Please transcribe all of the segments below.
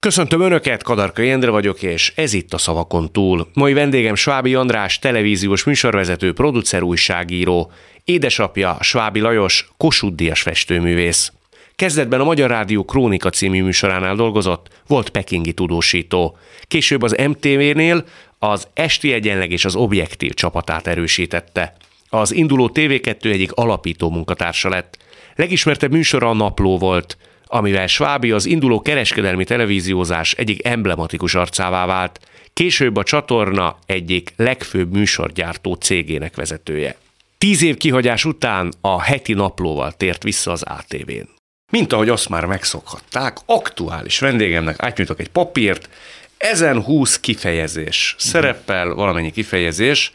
Köszöntöm Önöket, Kadarkai Endre vagyok, és ez itt a Szavakon túl. Mai vendégem Svábi András, televíziós műsorvezető, producer, újságíró. Édesapja Svábi Lajos, Kossuth-díjas festőművész. Kezdetben a Magyar Rádió Krónika című műsoránál dolgozott, volt pekingi tudósító. Később az MTV-nél az Esti Egyenleg és az Objektív csapatát erősítette. Az induló TV2 egyik alapító munkatársa lett. Legismertebb műsora a Napló volt, amivel Svábi az induló kereskedelmi televíziózás egyik emblematikus arcává vált, később a csatorna egyik legfőbb műsorgyártó cégének vezetője. 10 év kihagyás után a heti Naplóval tért vissza az ATV-n. Mint ahogy azt már megszokhatták, aktuális vendégemnek átnyújtok egy papírt, ezen 20 kifejezés szerepel, valamennyi kifejezés,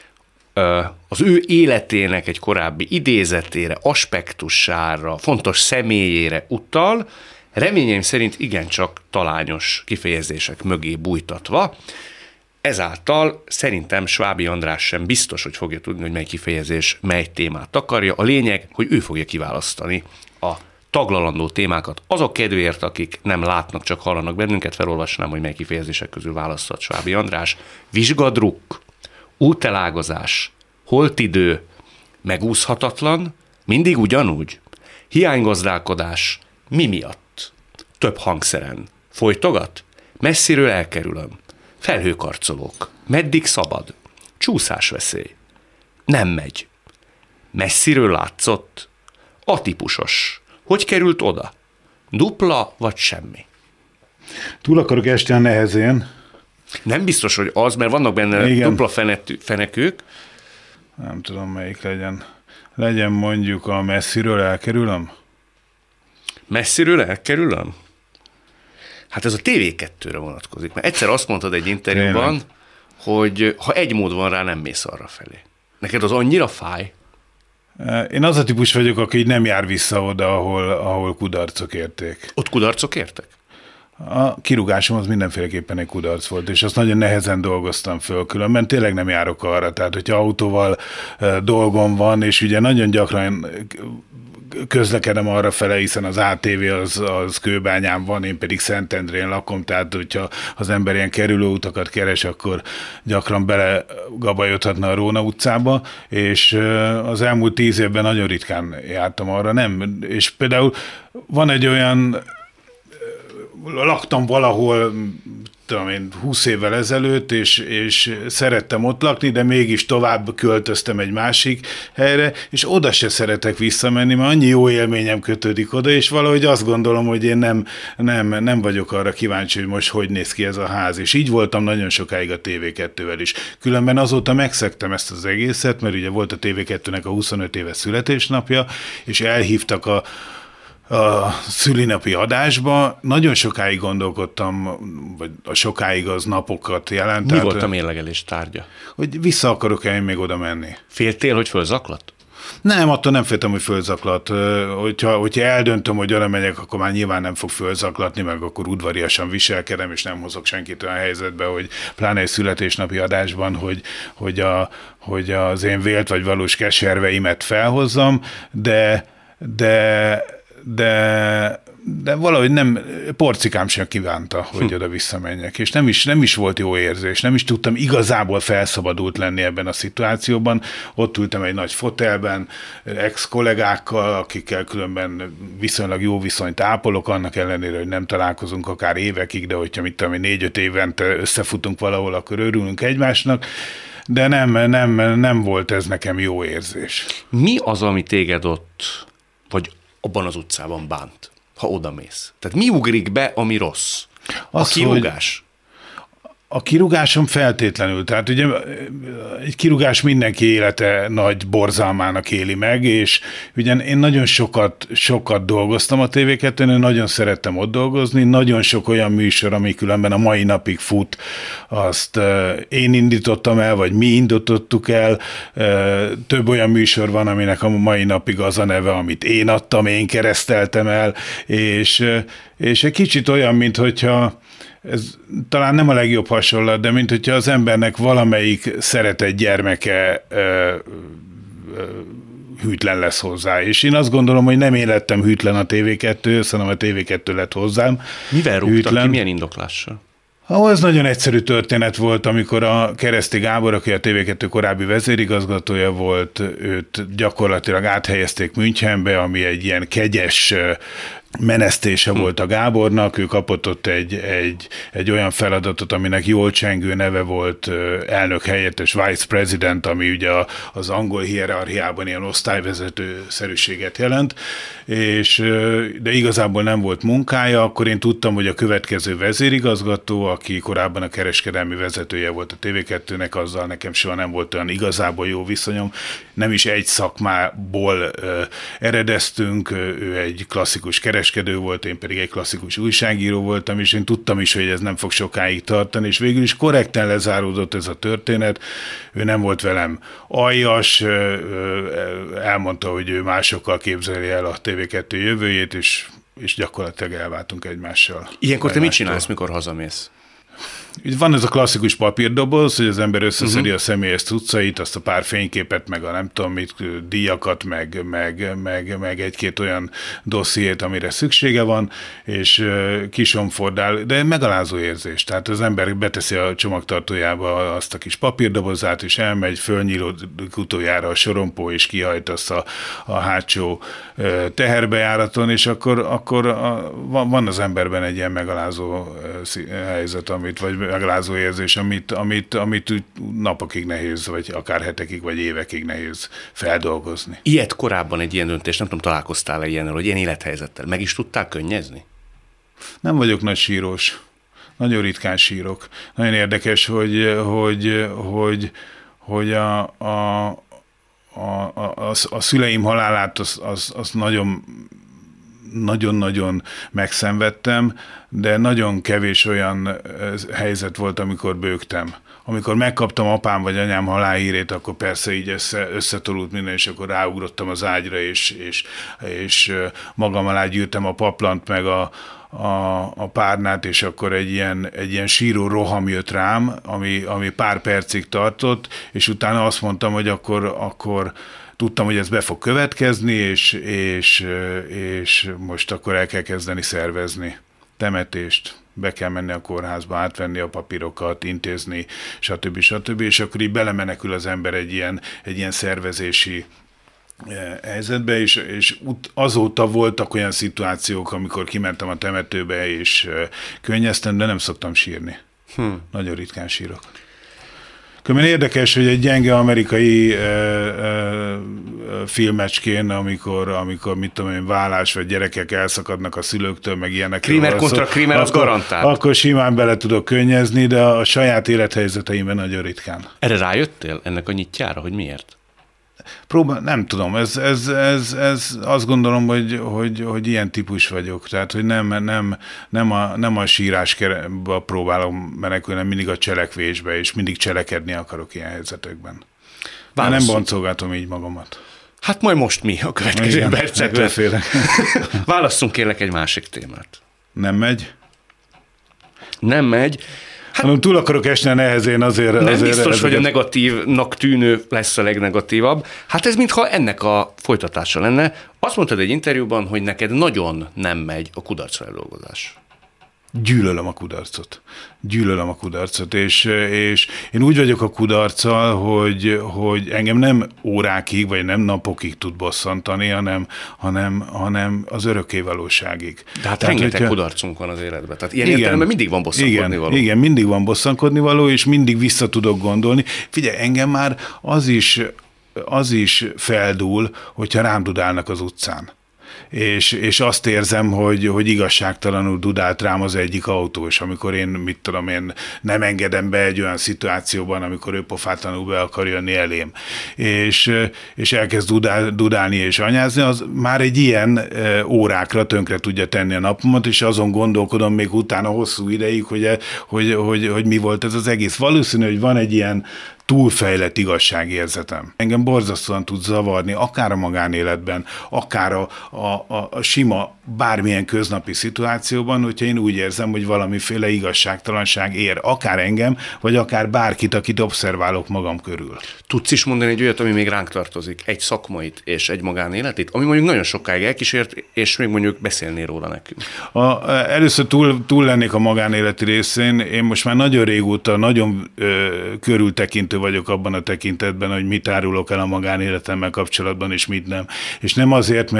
az ő életének egy korábbi idézetére, aspektusára, fontos személyére utal, reményeim szerint igencsak talányos kifejezések mögé bújtatva. Ezáltal szerintem Svábi András sem biztos, hogy fogja tudni, hogy mely kifejezés mely témát akarja. A lényeg, hogy ő fogja kiválasztani a taglalandó témákat. Azok kedvéért, akik nem látnak, csak hallanak bennünket, felolvasnám, hogy mely kifejezések közül választhat Svábi András. Vizsgadrukk, útelágazás, holtidő, megúszhatatlan, mindig ugyanúgy, hiánygazdálkodás, mi miatt, több hangszeren, folytogat, messziről elkerülöm, felhőkarcolók, meddig szabad, csúszásveszély, nem megy, messziről látszott, atípusos, hogy került oda, dupla vagy semmi. Túl akarok esni a nehezén. Nem biztos, hogy az, mert vannak benne igen. Dupla fenekők. Nem tudom, melyik legyen. Legyen mondjuk a messziről elkerülöm? Messziről elkerülöm? Hát ez a TV2-re vonatkozik. Mert egyszer azt mondtad egy interjúban, hogy ha egy mód van rá, nem mész arra felé. Neked az annyira fáj? Én az a típus vagyok, aki nem jár vissza oda, ahol kudarcok érték. Ott kudarcok értek? A kirúgásom az mindenféleképpen egy kudarc volt, és azt nagyon nehezen dolgoztam föl, különben tényleg nem járok arra. Tehát, hogyha autóval dolgom van, és ugye nagyon gyakran közlekedem arra fele, hiszen az ATV az Kőbányán van, én pedig Szentendrén lakom, tehát hogyha az ember ilyen kerülőutakat keres, akkor gyakran belegabajodhatna a Róna utcába, és az elmúlt 10 évben nagyon ritkán jártam arra, nem. És például van egy olyan, laktam valahol, tudom én, 20 évvel ezelőtt, és szerettem ott lakni, de mégis tovább költöztem egy másik helyre, és oda se szeretek visszamenni, mert annyi jó élményem kötődik oda, és valahogy azt gondolom, hogy én nem vagyok arra kíváncsi, hogy most hogy néz ki ez a ház. És így voltam nagyon sokáig a TV2-vel is. Különben azóta megszegtem ezt az egészet, mert ugye volt a TV2-nek a 25 éves születésnapja, és elhívtak a szülinapi adásba. Nagyon sokáig gondolkodtam, vagy a sokáig az napokat jelent. Mi volt a mérlegelés tárgya? Hogy vissza akarok-e én még oda menni. Féltél, hogy fölzaklat? Nem, attól nem féltem, hogy fölzaklat. Hogyha eldöntöm, hogy arra megyek, akkor már nyilván nem fog fölzaklatni, meg akkor udvariasan viselkedem, és nem hozok senkit olyan helyzetbe, hogy pláne egy születésnapi adásban, hogy az én vélt vagy valós keserveimet felhozzam, de valahogy nem, porcikám sem kívánta, hogy oda visszamenjek, és nem is volt jó érzés, nem is tudtam igazából felszabadult lenni ebben a szituációban. Ott ültem egy nagy fotelben, ex-kollégákkal, akikkel különben viszonylag jó viszonyt ápolok, annak ellenére, hogy nem találkozunk akár évekig, de hogyha 4-5 évente összefutunk valahol, akkor örülünk egymásnak, de nem volt ez nekem jó érzés. Mi az, ami téged ott, vagy abban az utcában bánt, ha odamész? Tehát mi ugrik be, ami rossz? A kirúgás? A kirúgásom feltétlenül. Tehát ugye egy kirúgás mindenki élete nagy borzalmának éli meg, és ugye én nagyon sokat dolgoztam a TV2-n, nagyon szerettem ott dolgozni, nagyon sok olyan műsor, ami különben a mai napig fut, azt én indítottam el, vagy mi indítottuk el. Több olyan műsor van, aminek a mai napig az a neve, amit én adtam, én kereszteltem el, és egy kicsit olyan, mint hogyha ez talán nem a legjobb hasonlat, de mint hogyha az embernek valamelyik szeretett gyermeke hűtlen lesz hozzá. És én azt gondolom, hogy nem én lettem hűtlen a TV2, hanem a TV2 lett hozzám. Mivel rúgtak ki, milyen indoklással? Ez nagyon egyszerű történet volt, amikor a Kereszti Gábor, aki a TV2 korábbi vezérigazgatója volt, őt gyakorlatilag áthelyezték Münchenbe, ami egy ilyen kegyes menesztése volt a Gábornak, ő kapott ott egy olyan feladatot, aminek jól csengő neve volt, elnök helyettes, vice president, ami ugye az angol hierarchiában ilyen osztályvezető-szerűséget jelent, de igazából nem volt munkája, akkor én tudtam, hogy a következő vezérigazgató, aki korábban a kereskedelmi vezetője volt a TV2-nek, azzal nekem soha nem volt olyan igazából jó viszonyom, nem is egy szakmából eredeztünk, ő egy klasszikus kereskedő volt, én pedig egy klasszikus újságíró voltam, és én tudtam is, hogy ez nem fog sokáig tartani, és végül is korrekten lezáródott ez a történet. Ő nem volt velem aljas, elmondta, hogy ő másokkal képzeli el a TV2 jövőjét, és gyakorlatilag elváltunk egymással. Ilyenkor te mit csinálsz, mikor hazamész? Van ez a klasszikus papírdoboz, hogy az ember összeszedi a személyes cuccait, azt a pár fényképet, meg a nem tudom mit, díjakat, meg egy-két olyan dossziét, amire szüksége van, és kisomfordál, de megalázó érzés. Tehát az ember beteszi a csomagtartójába azt a kis papírdobozát, és elmegy, fölnyílódik utoljára a sorompó, és kihajt azt a hátsó teherbejáraton, és akkor van az emberben egy ilyen megalázó helyzet, vagy megalázó érzés, amit napokig nehéz, vagy akár hetekig, vagy évekig nehéz feldolgozni. Ilyet korábban egy ilyen döntés, nem tudom, találkoztál-e ilyennel, hogy ilyen élethelyzettel? Meg is tudtál könnyezni? Nem vagyok nagy sírós. Nagyon ritkán sírok. Nagyon érdekes, hogy a szüleim halálát az nagyon-nagyon megszenvedtem, de nagyon kevés olyan helyzet volt, amikor bőgtem. Amikor megkaptam apám vagy anyám halálhírét, akkor persze így összetolult minden, és akkor ráugrottam az ágyra, és magam alá gyűrtem a paplant, meg a párnát, és akkor egy ilyen síró roham jött rám, ami pár percig tartott, és utána azt mondtam, hogy akkor tudtam, hogy ez be fog következni, és most akkor el kell kezdeni szervezni temetést, be kell menni a kórházba, átvenni a papírokat, intézni, stb. És akkor így belemenekül az ember egy ilyen szervezési helyzetbe, és azóta voltak olyan szituációk, amikor kimentem a temetőbe, és könnyeztem, de nem szoktam sírni. Nagyon ritkán sírok. Különben érdekes, hogy egy gyenge amerikai filmecskén, amikor mit tudom én, vállás, vagy gyerekek elszakadnak a szülőktől, meg ilyenek. Krimer kontra Krimer, az garantál. Akkor simán bele tudok könnyezni, de a saját élethelyzeteimben nagyon ritkán. Erre rájöttél ennek a nyitjára, hogy miért? Nem tudom, ez azt gondolom, hogy ilyen típus vagyok, tehát hogy nem a sírásba próbálom menekülni, hanem mindig a cselekvésbe, és mindig cselekedni akarok ilyen helyzetekben. Nem boncolgatom így magamat. Hát majd most mi a következő percekben. Válasszunk kérlek egy másik témát. Nem megy? Nem megy. Hát, túl akarok esni a nehezén azért. Nem biztos, hogy a negatívnak tűnő lesz a legnegatívabb. Hát ez mintha ennek a folytatása lenne. Azt mondtad egy interjúban, hogy neked nagyon nem megy a kudarcfeldolgozás. Gyűlölöm a kudarcot, és én úgy vagyok a kudarccal, hogy engem nem órákig, vagy nem napokig tud bosszantani, hanem az örökké valóságig. De hát rengeteg kudarcunk van az életben. Tehát ilyen értelemben mindig van bosszankodni való. Igen, mindig van bosszankodni való, és mindig vissza tudok gondolni. Figyelj, engem már az is feldúl, hogyha rám dudálnak az utcán. És azt érzem, hogy igazságtalanul dudált rám az egyik autós, amikor én, nem engedem be egy olyan szituációban, amikor ő pofátlanul be akar jönni elém. És elkezd dudálni és anyázni, az már egy ilyen órákra tönkre tudja tenni a napomat, és azon gondolkodom még utána hosszú ideig, hogy mi volt ez az egész. Valószínű, hogy van egy ilyen túlfejlett igazságérzetem. Engem borzasztóan tud zavarni, akár a magánéletben, akár a sima bármilyen köznapi szituációban, hogyha én úgy érzem, hogy valamiféle igazságtalanság ér akár engem, vagy akár bárkit, akit obszerválok magam körül. Tudsz is mondani egy olyat, ami még ránk tartozik, egy szakmait és egy magánéletét, ami mondjuk nagyon sokáig elkísért, és még mondjuk beszélnél róla nekünk? Először túl lennék a magánéleti részén. Én most már nagyon régóta nagyon körültekintő vagyok abban a tekintetben, hogy mit árulok el a magánéletemmel kapcsolatban, és mit nem. És nem azért,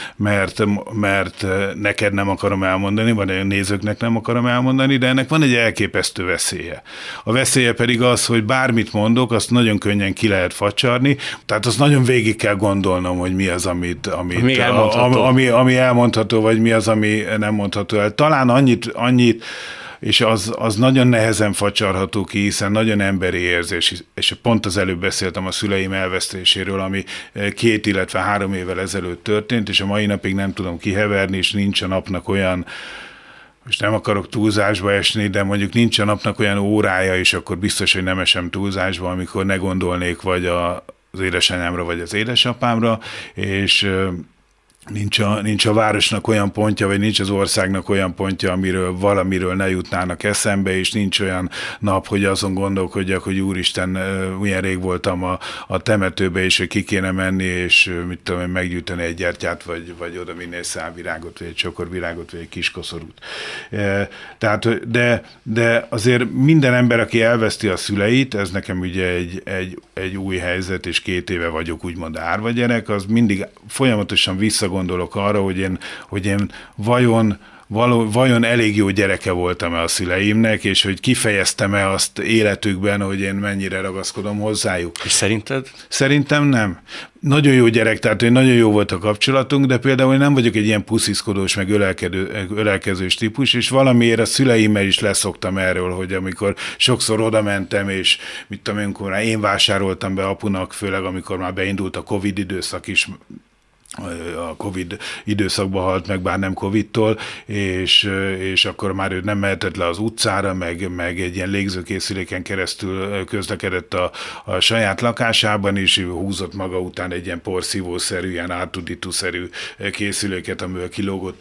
mert neked nem akarom elmondani, vagy a nézőknek nem akarom elmondani, de ennek van egy elképesztő veszélye. A veszélye pedig az, hogy bármit mondok, azt nagyon könnyen ki lehet facsarni, tehát azt nagyon végig kell gondolnom, hogy mi az, ami elmondható, vagy mi az, ami nem mondható el. Talán annyit és az nagyon nehezen facsarható ki, hiszen nagyon emberi érzés, és pont az előbb beszéltem a szüleim elvesztéséről, ami 2, illetve 3 évvel ezelőtt történt, és a mai napig nem tudom kiheverni, és nincs a napnak olyan, most nem akarok túlzásba esni, de mondjuk nincs a napnak olyan órája, és akkor biztos, hogy nem esem túlzásba, amikor ne gondolnék vagy az édesanyámra, vagy az édesapámra, és nincs a városnak olyan pontja, vagy nincs az országnak olyan pontja, valamiről ne jutnának eszembe, és nincs olyan nap, hogy azon gondolkodjak, hogy úristen, milyen rég voltam a temetőbe, és hogy ki kéne menni, és mit tudom én, meggyűjteni egy gyertyát, vagy oda vinni egy szálvirágot, vagy egy csokorvirágot, vagy egy kis koszorút. Tehát, de azért minden ember, aki elveszti a szüleit, ez nekem ugye egy új helyzet, és 2 éve vagyok úgymond árva gyerek, az mindig folyamatosan visszagondolok arra, hogy én vajon elég jó gyereke voltam-e a szüleimnek, és hogy kifejeztem-e azt életükben, hogy én mennyire ragaszkodom hozzájuk. És szerinted? Szerintem nem. Nagyon jó gyerek, tehát nagyon jó volt a kapcsolatunk, de például én nem vagyok egy ilyen pusziszkodós, meg ölelkezős típus, és valamiért a szüleimmel is leszoktam erről, hogy amikor sokszor oda mentem, és mit tudom én, amikor én vásároltam be apunak, főleg amikor már beindult a Covid időszak is, a Covid időszakban halt meg, bár nem Covid-tól, és akkor már ő nem mehetett le az utcára, meg egy ilyen légzőkészüléken keresztül közlekedett a saját lakásában, és húzott maga után egy ilyen porszívószerű, ilyen ártudítószerű készüléket, amivel kilógott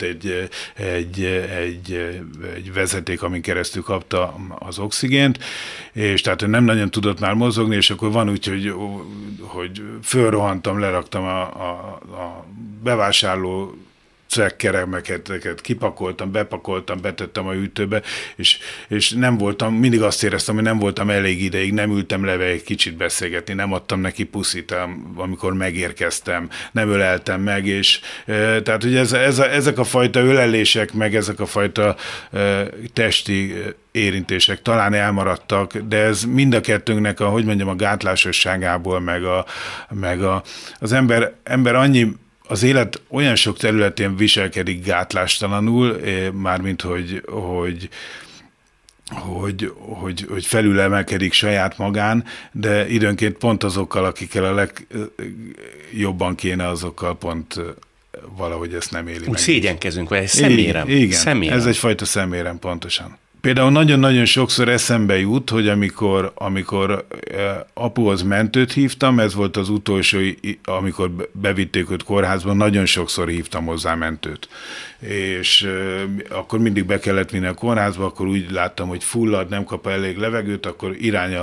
egy vezeték, amin keresztül kapta az oxigént, és tehát nem nagyon tudott már mozogni, és akkor van úgy, hogy fölrohantam, leraktam a bevásárló cekkeremeket kipakoltam, bepakoltam, betettem a hűtőbe, és nem voltam, mindig azt éreztem, hogy nem voltam elég ideig, nem ültem le egy kicsit beszélgetni, nem adtam neki puszit, amikor megérkeztem, nem öleltem meg, és tehát, hogy ezek a fajta ölelések, meg ezek a fajta testi érintések talán elmaradtak, de ez mind a kettőnknek a gátlásosságából, meg az ember annyi, az élet olyan sok területén viselkedik gátlástalanul, mármint, hogy felülemelkedik saját magán, de időnként pont azokkal, akikkel a legjobban kéne, azokkal pont valahogy ezt nem éli meg. Úgy szégyenkezünk, vagy egy szemérem. Igen, szemérem. Ez egyfajta szemérem, pontosan. Például nagyon-nagyon sokszor eszembe jut, hogy amikor apuhoz mentőt hívtam, ez volt az utolsó, amikor bevitték őt kórházban, nagyon sokszor hívtam hozzá mentőt. És akkor mindig be kellett vinni a kórházba, akkor úgy láttam, hogy fullad, nem kap elég levegőt, akkor irány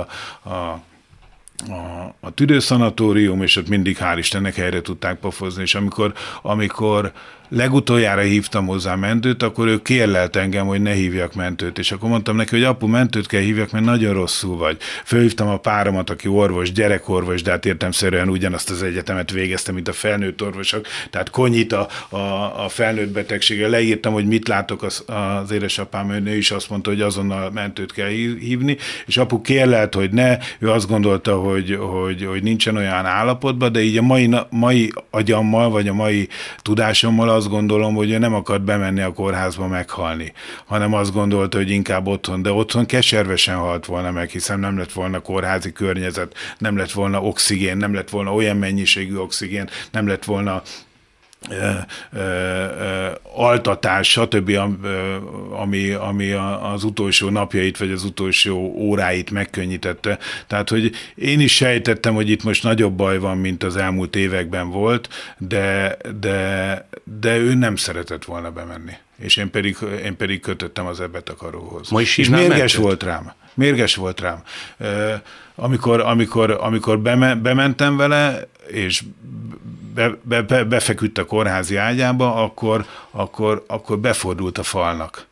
a tüdőszanatórium, és ott mindig hál' Istennek helyre tudták pofozni, és amikor legutoljára hívtam hozzá mentőt, akkor ő kérlelt engem, hogy ne hívjak mentőt, és akkor mondtam neki, hogy apu, mentőt kell hívjak, mert nagyon rosszul vagy. Fölhívtam a páromat, aki orvos, gyerekorvos, de hát értelemszerűen ugyanazt az egyetemet végeztem, mint a felnőtt orvosok, tehát konyít a felnőtt betegséggel. Leírtam, hogy mit látok az édesapám, ő is azt mondta, hogy azonnal mentőt kell hívni, és apu kérlelt, hogy ne, ő azt gondolta, hogy nincsen olyan állapotban, de így a mai agyammal, vagy a mai tudásommal azt gondolom, hogy ő nem akart bemenni a kórházba meghalni, hanem azt gondolta, hogy inkább otthon, de otthon keservesen halt volna meg, hiszen nem lett volna kórházi környezet, nem lett volna oxigén, nem lett volna olyan mennyiségű oxigén, nem lett volna altatás, stb., ami az utolsó napjait, vagy az utolsó óráit megkönnyítette. Tehát, hogy én is sejtettem, hogy itt most nagyobb baj van, mint az elmúlt években volt, de ő nem szeretett volna bemenni. És én pedig kötöttem az ebbetakaróhoz. És mérges volt rám. Amikor bementem vele, és befeküdt a kórházi ágyába, akkor befordult a falnak.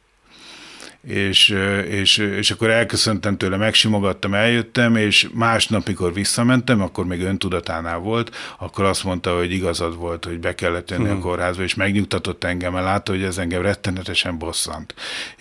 És akkor elköszöntem tőle, megsimogattam, eljöttem, és másnap, mikor visszamentem, akkor még öntudatánál volt, akkor azt mondta, hogy igazad volt, hogy be kellett jönni a kórházba, és megnyugtatott engem, mert látta, hogy ez engem rettenetesen bosszant.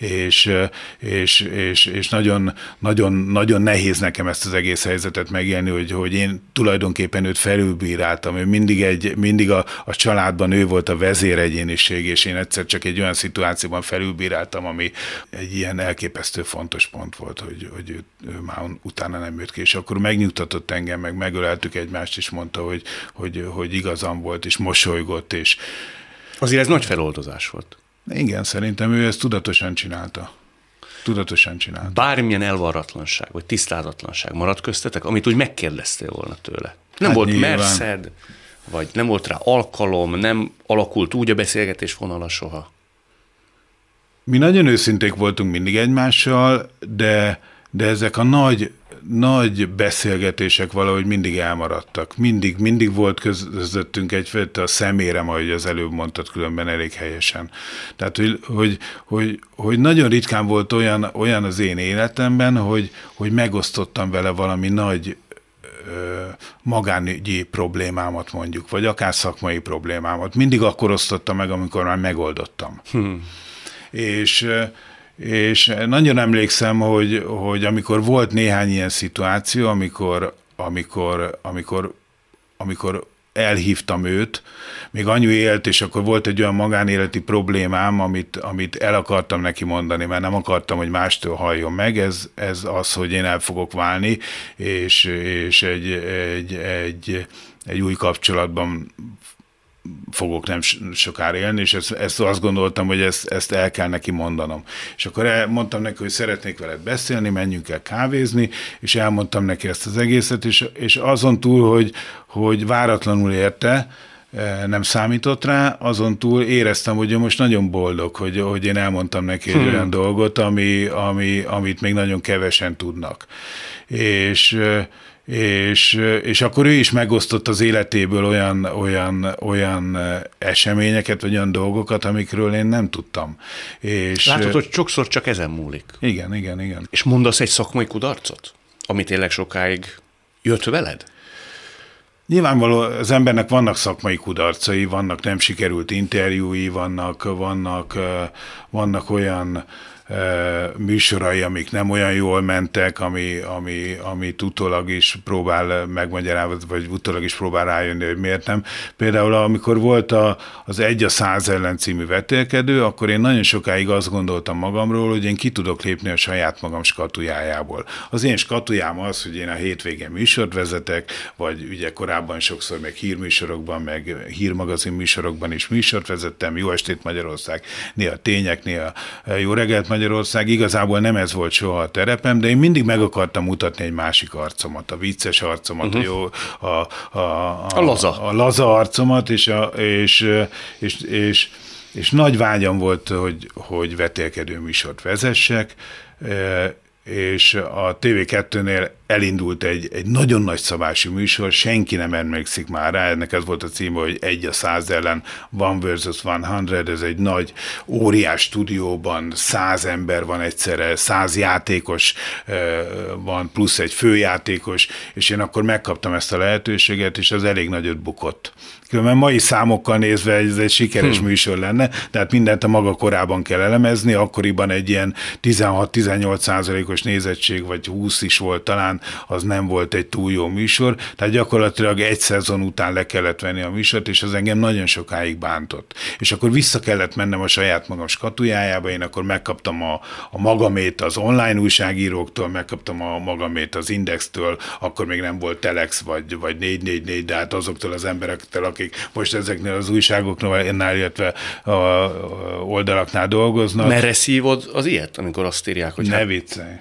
És nagyon, nagyon, nagyon nehéz nekem ezt az egész helyzetet megélni, hogy én tulajdonképpen őt felülbíráltam. Ő mindig a családban ő volt a vezéregyéniség, és én egyszer csak egy olyan szituációban felülbíráltam, ami egy ilyen elképesztő fontos pont volt, hogy ő már utána nem jött ki, és akkor megnyugtatott engem, meg megöleltük egymást, és mondta, hogy igazam volt, és mosolygott, és... Azért ez nagy feloldozás volt. Igen, szerintem ő ezt tudatosan csinálta. Bármilyen elvarratlanság, vagy tisztázatlanság maradt köztetek, amit úgy megkérdeztél volna tőle. Nem volt nyilván. merszed, vagy nem volt rá alkalom, nem alakult úgy a beszélgetés vonala soha. Mi nagyon őszinték voltunk mindig egymással, de ezek a nagy beszélgetések valahogy mindig elmaradtak. Mindig volt közöttünk egyfajta szemérem, ahogy az előbb mondtad, különben elég helyesen. Tehát, hogy nagyon ritkán volt olyan az én életemben, hogy megosztottam vele valami nagy magánügyi problémámat mondjuk, vagy akár szakmai problémámat. Mindig akkor osztottam meg, amikor már megoldottam. És nagyon emlékszem, hogy amikor volt néhány ilyen szituáció, amikor elhívtam őt, még anyu élt, és akkor volt egy olyan magánéleti problémám, amit el akartam neki mondani, mert nem akartam, hogy mástól halljon meg, ez az, hogy én el fogok válni, és egy új kapcsolatban fogok nem sokára élni, és ezt azt gondoltam, hogy ezt el kell neki mondanom. És akkor mondtam neki, hogy szeretnék veled beszélni, menjünk el kávézni, és elmondtam neki ezt az egészet, és azon túl, hogy váratlanul érte, nem számított rá, azon túl éreztem, hogy ő most nagyon boldog, hogy én elmondtam neki egy olyan dolgot, amit még nagyon kevesen tudnak. És akkor ő is megosztott az életéből olyan eseményeket, vagy olyan dolgokat, amikről én nem tudtam. Látod, hogy sokszor csak ezen múlik. Igen. És mondasz egy szakmai kudarcot, ami tényleg sokáig jött veled? Nyilvánvaló, az embernek vannak szakmai kudarcai, vannak nem sikerült interjúi, vannak olyan műsorai, amik nem olyan jól mentek, amit utólag is próbál megmagyarázni, vagy utólag is próbál rájönni, hogy miért nem. Például amikor volt az 1-100 ellen című vetélkedő, akkor én nagyon sokáig azt gondoltam magamról, hogy én ki tudok lépni a saját magam skatujájából. Az én skatujám az, hogy én a hétvégén műsort vezetek, vagy ugye korábban sokszor meg hírműsorokban, meg hírmagazin műsorokban is műsort vezettem, Jó estét Magyarország, néha tények, néha Jó reggelt Magyarország, igazából nem ez volt soha a terepem, de én mindig meg akartam mutatni egy másik arcomat, a vicces arcomat, a laza arcomat, és nagy vágyam volt, hogy vetélkedő műsort vezessek, és a TV2-nél elindult egy nagyon nagy szabású műsor, senki nem emlékszik már rá, ennek ez volt a címe, hogy 1-100 ellen, 1 versus 100, ez egy nagy, óriás stúdióban 100 ember van egyszerre, 100 játékos van, plusz egy főjátékos, és én akkor megkaptam ezt a lehetőséget, és az elég nagyot bukott. Különben mai számokkal nézve ez egy sikeres műsor lenne, tehát mindent a maga korában kell elemezni, akkoriban egy ilyen 16-18% milliós nézettség, vagy 20 is volt talán, az nem volt egy túl jó műsor, tehát gyakorlatilag egy szezon után le kellett venni a műsort, és az engem nagyon sokáig bántott. És akkor vissza kellett mennem a saját magam skatujájába, én akkor megkaptam a magamét az online újságíróktól, megkaptam a magamét az Indextől, akkor még nem volt Telex, vagy 444, de hát azoktól az emberektől, akik most ezeknél az újságoknál, illetve a oldalaknál dolgoznak. Merre szívod az ilyet, amikor azt írják, hogy... Ne viccelj.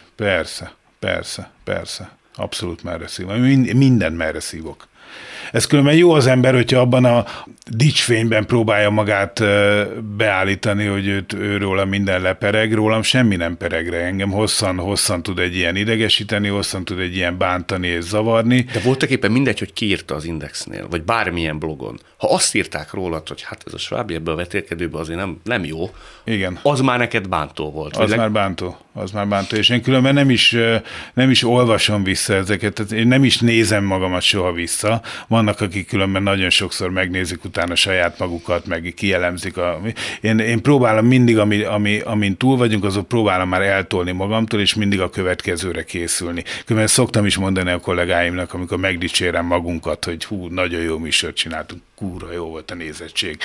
Persze. Abszolút merre szívok. Minden merre szívok. Ez különben jó az ember, hogyha abban a dicsfényben próbálja magát beállítani, hogy őróla minden lepereg, rólam semmi nem peregre. Engem hosszan tud egy ilyen idegesíteni, hosszan tud egy ilyen bántani és zavarni. De voltak éppen mindegy, hogy ki írta az Indexnél, vagy bármilyen blogon. Ha azt írták rólad, hogy hát ez a Svábi ebbe a vetélkedőbe azért nem jó, igen. Az már neked bántó volt. Az már bántó, és én különben nem is olvasom vissza ezeket, tehát én nem is nézem magamat soha vissza. Vannak, akik különben nagyon sokszor megnézik utána saját magukat, meg kielemzik. Én próbálom mindig, amin túl vagyunk, azok próbálom már eltolni magamtól, és mindig a következőre készülni. Különben szoktam is mondani a kollégáimnak, amikor megdicsérem magunkat, hogy nagyon jó műsort csináltunk, kurva jó volt a nézettség,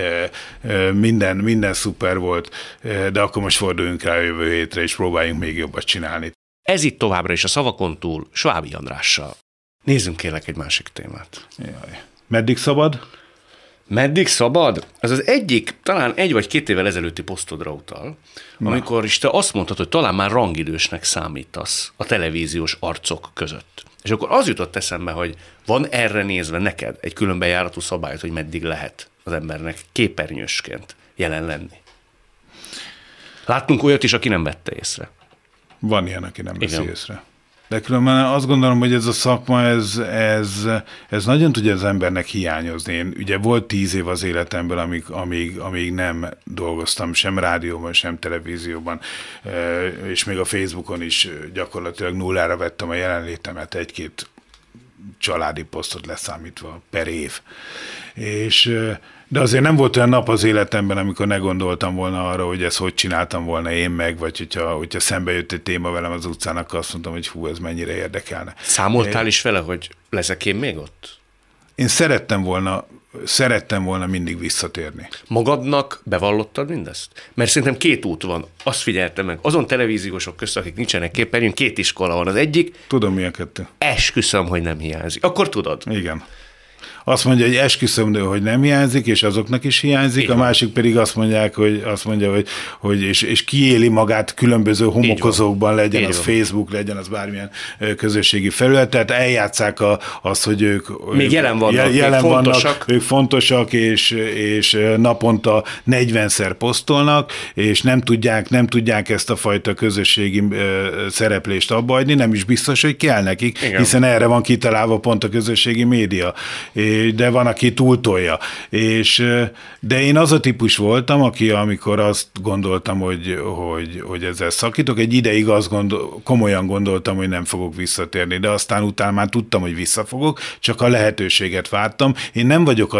minden szuper volt, de akkor most forduljunk rá jövő hétre, és próbáljunk még jobbat csinálni. Ez itt továbbra is a Szavakon túl Svábi Andrással. Nézzünk kérlek egy másik témát. Jaj. Meddig szabad? Meddig szabad? Ez az egyik, talán 1 vagy 2 évvel ezelőtti posztodra utal, amikor is te azt mondtad, hogy talán már rangidősnek számítasz a televíziós arcok között. És akkor az jutott eszembe, hogy van erre nézve neked egy különbejáratú szabályt, hogy meddig lehet az embernek képernyősként jelen lenni. Láttunk olyat is, aki nem vette észre. Van ilyen, aki nem veszi észre. De különben azt gondolom, hogy ez a szakma, ez nagyon tudja az embernek hiányozni. Én ugye volt 10 év az életemben, amíg nem dolgoztam sem rádióban, sem televízióban, és még a Facebookon is gyakorlatilag nullára vettem a jelenlétemet, 1-2 családi posztot leszámítva per év. De azért nem volt olyan nap az életemben, amikor ne gondoltam volna arra, hogy ezt hogy csináltam volna én meg, vagy hogyha szembe jött egy téma velem az utcán, akkor azt mondtam, hogy hú, ez mennyire érdekelne. Számoltál is vele, hogy leszek én még ott? Én szerettem volna mindig visszatérni. Magadnak bevallottad mindezt? Mert szerintem 2 út van. Azt figyeltem meg. Azon televíziósok közt, akik nincsenek képernyőn, 2 iskola van. Az egyik... Tudom, mi a 2. Esküszöm, hogy nem hiányzik. Akkor tudod. Igen. Azt mondja, hogy esküszöm, hogy nem hiányzik, és azoknak is hiányzik, a másik pedig azt mondja, hogy és kiéli magát különböző homokozókban, legyen az Facebook, legyen az bármilyen közösségi felület, tehát eljátsszák azt, hogy ők még jelen vannak, ők fontosak, és naponta 40-szer posztolnak, és nem tudják ezt a fajta közösségi szereplést abbahagyni, nem is biztos, hogy kell nekik, hiszen erre van kitalálva pont a közösségi média. De van, aki túltolja. De én az a típus voltam, amikor azt gondoltam, hogy ezzel szakítok, egy ideig komolyan gondoltam, hogy nem fogok visszatérni, de aztán utána már tudtam, hogy visszafogok, csak a lehetőséget vártam. Én nem vagyok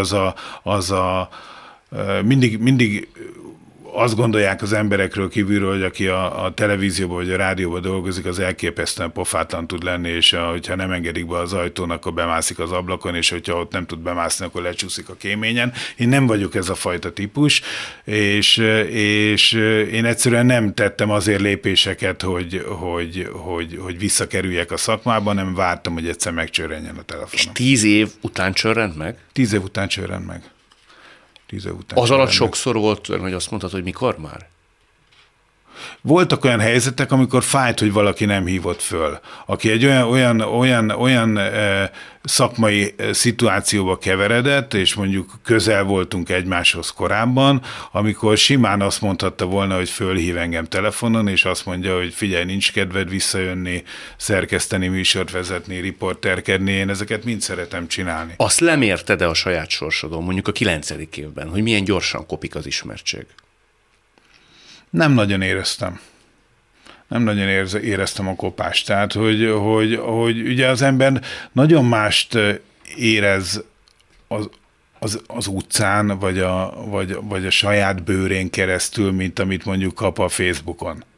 mindig azt gondolják az emberekről kívülről, hogy aki a televízióban vagy a rádióban dolgozik, az elképesztően pofátlan tud lenni, és hogyha nem engedik be az ajtón, akkor bemászik az ablakon, és hogyha ott nem tud bemászni, akkor lecsúszik a kéményen. Én nem vagyok ez a fajta típus, és én egyszerűen nem tettem azért lépéseket, hogy visszakerüljek a szakmába, nem vártam, hogy egyszer megcsörrenjen a telefonom. És 10 év után csörrent meg? 10 év után csörrent meg. 10 év után. Az alatt sokszor volt olyan, hogy azt mondtad, hogy mikor már? Voltak olyan helyzetek, amikor fájt, hogy valaki nem hívott föl. Aki egy olyan szakmai szituációba keveredett, és mondjuk közel voltunk egymáshoz korábban, amikor simán azt mondhatta volna, hogy fölhív engem telefonon, és azt mondja, hogy figyelj, nincs kedved visszajönni, szerkeszteni, műsort vezetni, riporterkedni, én ezeket mind szeretem csinálni. Azt lemérted-e a saját sorsodon, mondjuk a 9. évben, hogy milyen gyorsan kopik az ismertség? Nem nagyon éreztem. Nem nagyon éreztem a kopást. Tehát, hogy ugye az ember nagyon mást érez az utcán, vagy a saját bőrén keresztül, mint amit mondjuk kap a Facebookon.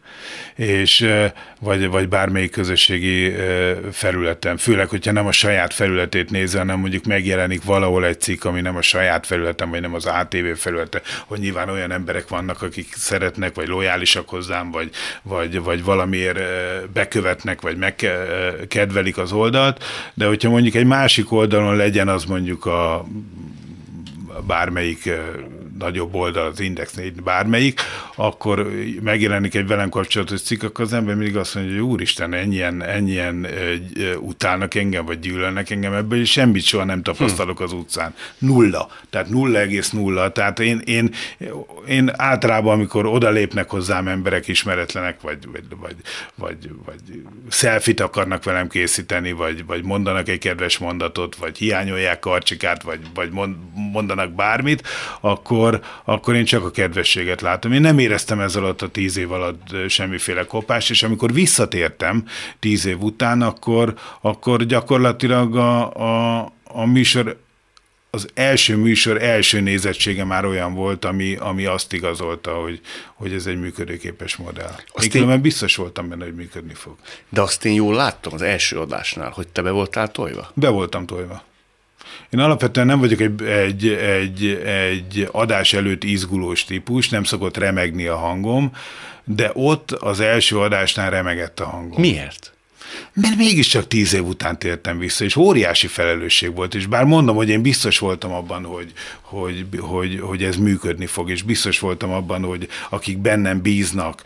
és vagy bármelyik közösségi felületen, főleg, hogyha nem a saját felületét nézze, hanem mondjuk megjelenik valahol egy cikk, ami nem a saját felületen, vagy nem az ATV felületen, hogy nyilván olyan emberek vannak, akik szeretnek, vagy lojálisak hozzám, vagy valamiért bekövetnek, vagy megkedvelik az oldalt, de hogyha mondjuk egy másik oldalon legyen az mondjuk a bármelyik nagyobb oldal, az Index 4, bármelyik, akkor megjelenik egy velem kapcsolatos cikk, akkor az ember mindig azt mondja, hogy úristen, ennyien utálnak engem, vagy gyűlölnek engem ebből, és semmit soha nem tapasztalok az utcán. Nulla. Tehát 0,0. Tehát én általában, amikor odalépnek hozzám emberek ismeretlenek, vagy selfit akarnak velem készíteni, vagy mondanak egy kedves mondatot, vagy hiányolják Karcsikát, vagy mondanak bármit, akkor én csak a kedvességet látom. Én nem éreztem ez alatt a 10 év alatt semmiféle kopást, és amikor visszatértem 10 év után, akkor gyakorlatilag a műsor, az első műsor első nézettsége már olyan volt, ami azt igazolta, hogy ez egy működőképes modell. Én különben biztos voltam benne, hogy működni fog. De azt én jól láttam az első adásnál, hogy te be voltál tojva? Be voltam tojva. Én alapvetően nem vagyok egy adás előtt izgulós típus, nem szokott remegni a hangom, de ott az első adásnál remegett a hangom. Miért? Mert mégiscsak 10 év után tértem vissza, és óriási felelősség volt, és bár mondom, hogy én biztos voltam abban, hogy ez működni fog, és biztos voltam abban, hogy akik bennem bíznak,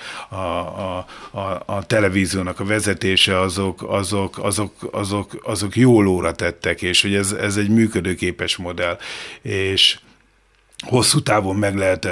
a televíziónak a vezetése, azok jó lóra tettek, és hogy ez egy működőképes modell, és hosszú távon meg lehet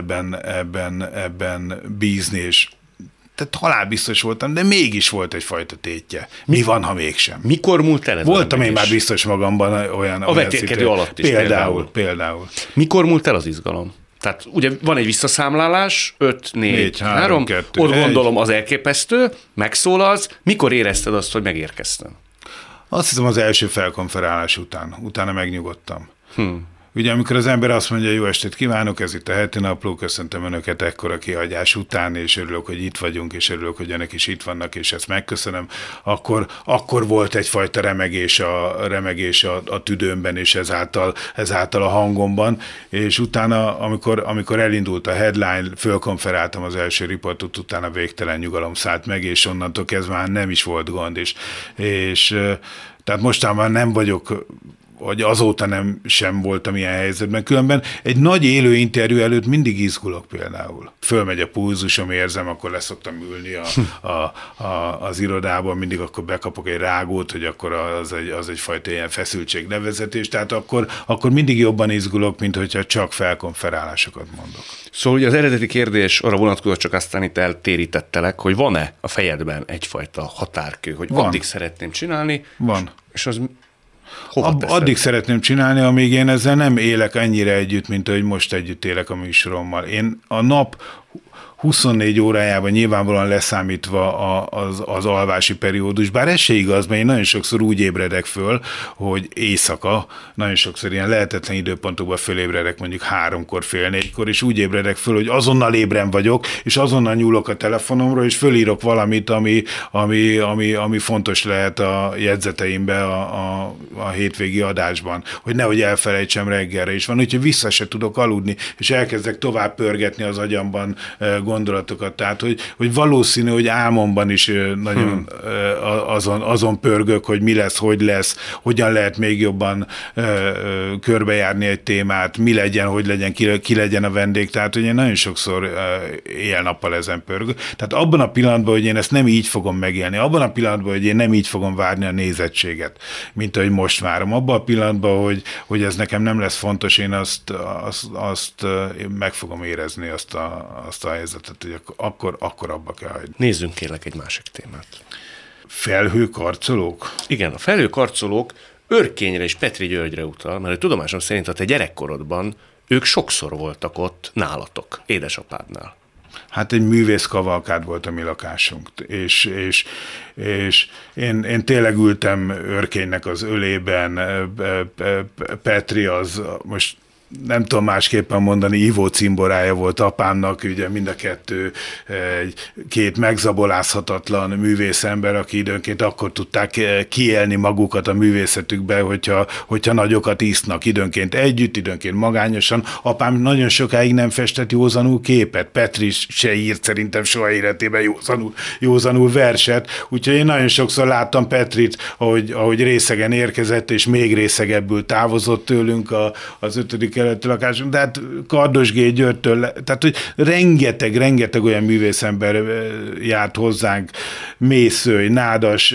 ebben bízni, és tehát halálbiztos voltam, de mégis volt egyfajta tétje. Mi van, ha mégsem? Mikor múlt el ez? Voltam én már biztos magamban olyan... A vetélkedő alatt is Például. Mikor múlt el az izgalom? Tehát ugye van egy visszaszámlálás, 5, 4, 3, 2, ott 1. Gondolom az elképesztő, megszólalsz. Mikor érezted azt, hogy megérkeztem? Azt hiszem az első felkonferálás után. Utána megnyugodtam. Ugye amikor az ember azt mondja, jó estét kívánok, ez itt a Heti Napló, köszöntöm Önöket ekkora kihagyás után, és örülök, hogy itt vagyunk, és örülök, hogy Önök is itt vannak, és ezt megköszönöm, akkor volt egyfajta remegés a tüdőmben, és ezáltal a hangomban, és utána, amikor elindult a headline, fölkonferáltam az első riportot, utána végtelen nyugalom szállt meg, és onnantól kezdve már nem is volt gond, és tehát mostán már nem vagyok, vagy azóta sem voltam ilyen helyzetben. Különben egy nagy élő interjú előtt mindig izgulok például. Fölmegy a pulzusom, érzem, akkor leszoktam ülni az irodában, mindig akkor bekapok egy rágót, hogy akkor az egyfajta ilyen feszültséglevezetés, tehát akkor mindig jobban izgulok, mint hogyha csak felkonferálásokat mondok. Szóval ugye az eredeti kérdés arra vonatkozott, csak aztán itt eltérítettelek, hogy van-e a fejedben egyfajta határkő, hogy addig szeretném csinálni. Van. És az addig szeretném csinálni, amíg én ezzel nem élek ennyire együtt, mint ahogy most együtt élek a műsorommal. Én a nap 24 órájában nyilvánvalóan leszámítva az alvási periódus, bár ez se igaz, mert én nagyon sokszor úgy ébredek föl, hogy éjszaka, nagyon sokszor ilyen lehetetlen időpontokban fölébredek, mondjuk 3-kor, fél 4-kor, és úgy ébredek föl, hogy azonnal ébren vagyok, és azonnal nyúlok a telefonomra, és fölírok valamit, ami fontos lehet a jegyzeteimbe a hétvégi adásban, hogy nehogy elfelejtsem reggelre is van, úgyhogy vissza se tudok aludni, és elkezdek tovább pörgetni az agyamban gondolatokat, tehát hogy valószínű, hogy álmomban is nagyon azon pörgök, hogy mi lesz, hogy lesz, hogyan lehet még jobban körbejárni egy témát, mi legyen, hogy legyen, ki legyen a vendég, tehát hogy én nagyon sokszor éjjel-nappal ezen pörgök. Tehát abban a pillanatban, hogy én ezt nem így fogom megélni, abban a pillanatban, hogy én nem így fogom várni a nézettséget, mint ahogy most várom, abban a pillanatban, hogy ez nekem nem lesz fontos, én azt meg fogom érezni, azt a helyzetet, hogy akkor abba kell hagyni. Nézzünk kérlek egy másik témát. Felhőkarcolók? Igen, a felhőkarcolók Örkényre és Petri Györgyre utal, mert tudomásom szerint a te gyerekkorodban ők sokszor voltak ott nálatok, édesapádnál. Hát egy művészkavalkád volt a mi lakásunk, és én tényleg ültem Örkénynek az ölében, Petri az most nem tudom másképpen mondani, ivó cimborája volt apámnak, ugye mind a kettő két megzabolázhatatlan művészember, aki időnként akkor tudták kiélni magukat a művészetükbe, hogyha nagyokat isznak, időnként együtt, időnként magányosan. Apám nagyon sokáig nem festett józanul képet, Petri se írt szerintem soha életében józanul verset, úgyhogy én nagyon sokszor láttam Petrit, ahogy részegen érkezett, és még részegebbül távozott tőlünk az 5. kerületi lakáson, de hát Kardos G. Györgytől, tehát hogy rengeteg olyan művészember járt hozzánk, Mészöly, Nádas,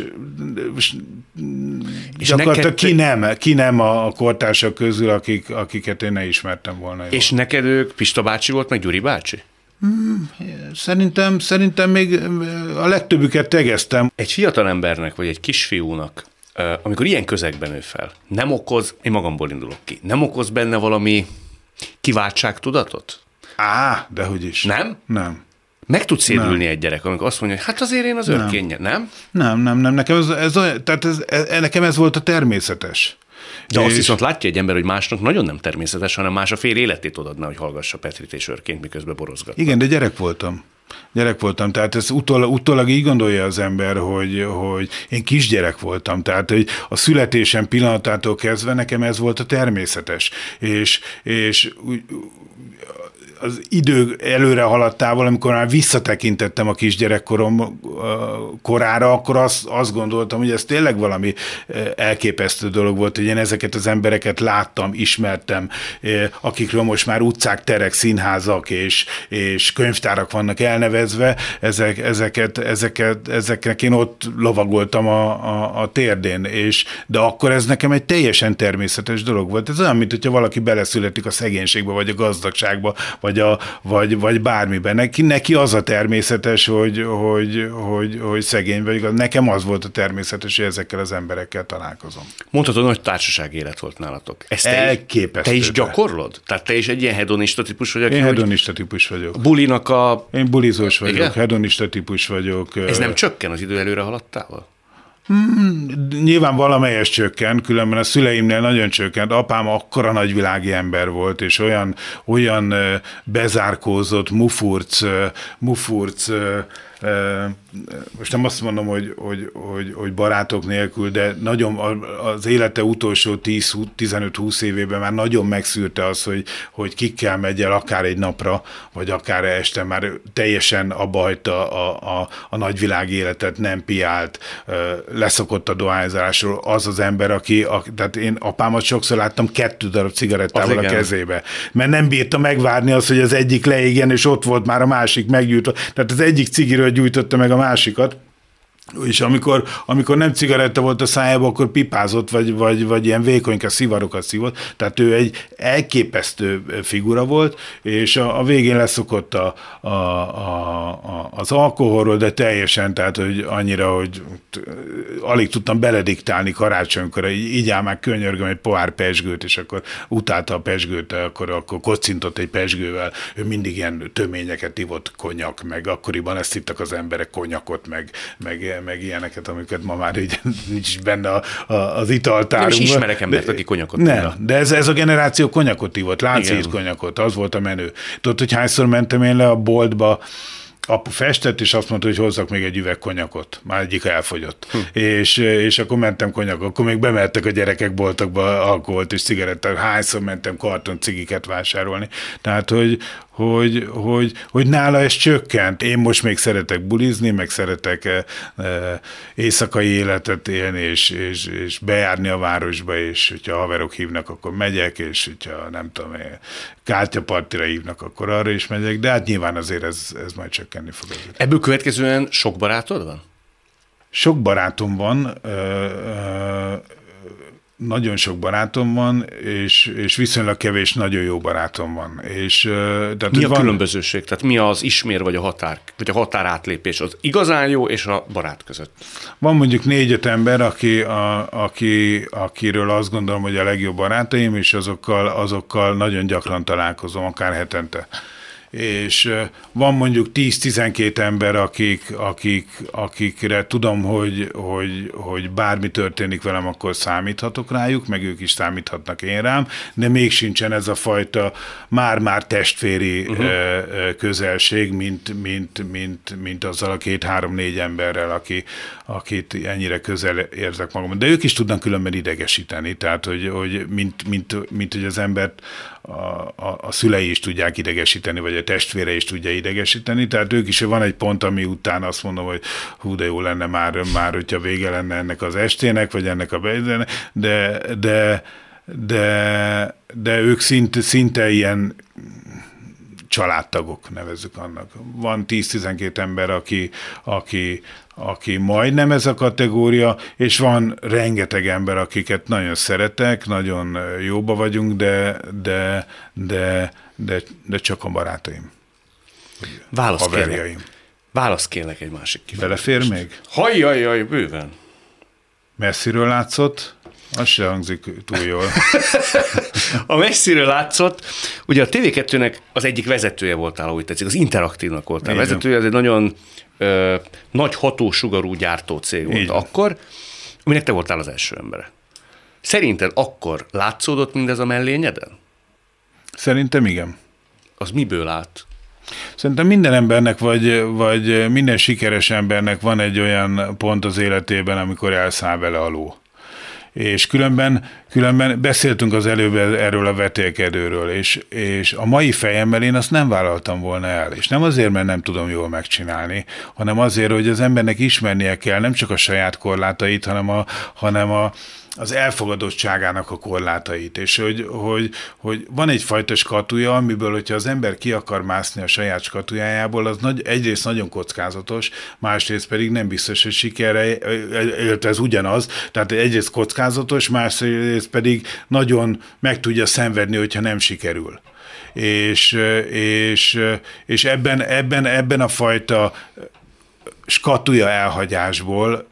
és gyakorlatilag ki nem a kortársak közül, akiket én ne ismertem volna. Jól. És neked ők Pista bácsi volt, meg Gyuri bácsi? Szerintem még a legtöbbüket tegeztem. Egy fiatal embernek, vagy egy kisfiúnak, amikor ilyen közegben nő fel, nem okoz, én magamból indulok ki, nem okoz benne valami kiváltságtudatot? Dehogy is. Nem? Nem. Meg tud szédülni egy gyerek, amikor azt mondja, hogy hát azért én az örkénye, nem? Nem. Nekem ez volt a természetes. De azt viszont látja egy ember, hogy másnak nagyon nem természetes, hanem más a fél életét odadna, hogy hallgassa Petrit és Örkényt, miközben borozgat. Igen, de gyerek voltam, tehát ez utólag így gondolja az ember, hogy én kisgyerek voltam, tehát hogy a születésem pillanatától kezdve nekem ez volt a természetes, és az idő előre haladtával, amikor már visszatekintettem a kisgyerekkorom korára, akkor azt gondoltam, hogy ez tényleg valami elképesztő dolog volt, hogy én ezeket az embereket láttam, ismertem, akikről most már utcák, terek, színházak és könyvtárak vannak elnevezve, ezeknek én ott lovagoltam a térdén, de akkor ez nekem egy teljesen természetes dolog volt. Ez olyan, mint hogyha valaki beleszületik a szegénységbe, vagy a gazdagságba, vagy bármiben. Neki az a természetes, hogy szegény vagy. Nekem az volt a természetes, hogy ezekkel az emberekkel találkozom. Mondhatod, hogy társasági élet volt nálatok. Ezt elképesztő. Te is gyakorlod? Tehát te is egy ilyen hedonista típus vagy? Én hedonista típus vagyok. Bulinak Én bulizós vagyok, igen? Hedonista típus vagyok. Ez nem csökken az idő előre haladtával? Nyilván valamelyes csökkent, különben a szüleimnél nagyon csökkent. Apám akkora nagyvilági ember volt, és olyan bezárkózott, mufurc, most nem azt mondom, hogy barátok nélkül, de nagyon az élete utolsó 10-15-20 évében már nagyon megszűrte az, hogy kikkel megy el akár egy napra, vagy akár este, már teljesen abbahagyta a nagyvilági életet, nem piált, leszokott a dohányzásról. Az az ember, tehát én apámat sokszor láttam 2 darab cigarettával a kezébe, mert nem bírta megvárni azt, hogy az egyik leégjen, és ott volt már a másik meggyújtva. Tehát az egyik cigiről gyújtotta meg a másikat, és amikor nem cigaretta volt a szájában, akkor pipázott, vagy ilyen vékonyka szivarokat szívott, tehát ő egy elképesztő figura volt, és a végén leszokott az alkoholról, de teljesen, tehát hogy annyira, hogy alig tudtam belediktálni karácsonykor, így áll már könyörgöm egy pohár pezsgőt, és akkor utálta a pezsgőt, akkor kocintott egy pezsgővel, ő mindig ilyen töményeket ivott, konyak, meg akkoriban ezt ittak az emberek, konyakot, meg ilyeneket, amiket ma már így nincs benne az italtárunkban. Nem is ismerek embert, aki konyakot nem, de ez a generáció konyakot ivott, láncít konyakot, az volt a menő. Tudod, hogy hányszor mentem én le a boltba, apu festett, és azt mondta, hogy hozzak még egy üveg konyakot. Már egyik elfogyott. És akkor mentem konyakot. Akkor még bemertek a gyerekek boltokba alkoholt és cigarettát. Hányszor mentem karton cigiket vásárolni. Tehát, hogy nála ez csökkent. Én most még szeretek bulizni, meg szeretek éjszakai életet élni, és bejárni a városba, és hogyha haverok hívnak, akkor megyek, és hogyha nem tudom, kártyapartira hívnak, akkor arra is megyek, de hát nyilván azért ez majd csökkenni fog. Azért. Ebből következően sok barátod van? Sok barátom van, nagyon sok barátom van, és viszonylag kevés nagyon jó barátom van. Mi a különbözőség? Tehát mi az ismér vagy a határátlépés az igazán jó és a barát között? Van mondjuk 4-5 ember, akiről azt gondolom, hogy a legjobb barátaim, és azokkal nagyon gyakran találkozom, akár hetente. és van mondjuk 10-12 ember, akikre tudom, hogy bármi történik velem, akkor számíthatok rájuk, meg ők is számíthatnak én rám, de még sincsen ez a fajta már testvéri közelség, mint azzal a 2-3-4 emberrel, akit ennyire közel érzek magam. De ők is tudnak különben idegesíteni, tehát hogy mint hogy az embert a szülei is tudják idegesíteni, vagy a testvére is tudja idegesíteni, tehát ők is van egy pont, ami után azt mondom, hogy hú, de jó lenne már hogyha vége lenne ennek az estének, vagy ennek a de ők szinte ilyen családtagok, nevezzük annak. Van 10-12 ember, aki majdnem ez a kategória, és van rengeteg ember, akiket nagyon szeretek, nagyon jóba vagyunk, de csak a barátaim. Válasz kérlek egy másik kifejezést. Belefér még? Hajjajjaj, bőven. Messziről látszott? Az se hangzik túl jól. A messziről látszott, ugye a TV2-nek az egyik vezetője voltál, ahogy tetszik, az Interaktívnak voltál vezetője, ez egy nagyon nagy hatósugarú gyártó cég volt akkor, aminek te voltál az első embere. Szerinted akkor látszódott mindez a mellényeden? Szerintem igen. Az miből állt? Szerintem minden embernek, vagy minden sikeres embernek van egy olyan pont az életében, amikor elszáll vele a ló. És különben beszéltünk az előbb erről a vetélkedőről, és a mai fejemmel én azt nem vállaltam volna el. És nem azért, mert nem tudom jól megcsinálni, hanem azért, hogy az embernek ismernie kell nem csak a saját korlátait, hanem az elfogadottságának a korlátait, és hogy van egyfajta skatuja, amiből, hogyha az ember ki akar mászni a saját skatujájából, az egyrészt nagyon kockázatos, másrészt pedig nem biztos, hogy sikerre, ez ugyanaz, tehát egyrészt kockázatos, másrészt pedig nagyon meg tudja szenvedni, hogyha nem sikerül. És ebben a fajta skatuja elhagyásból,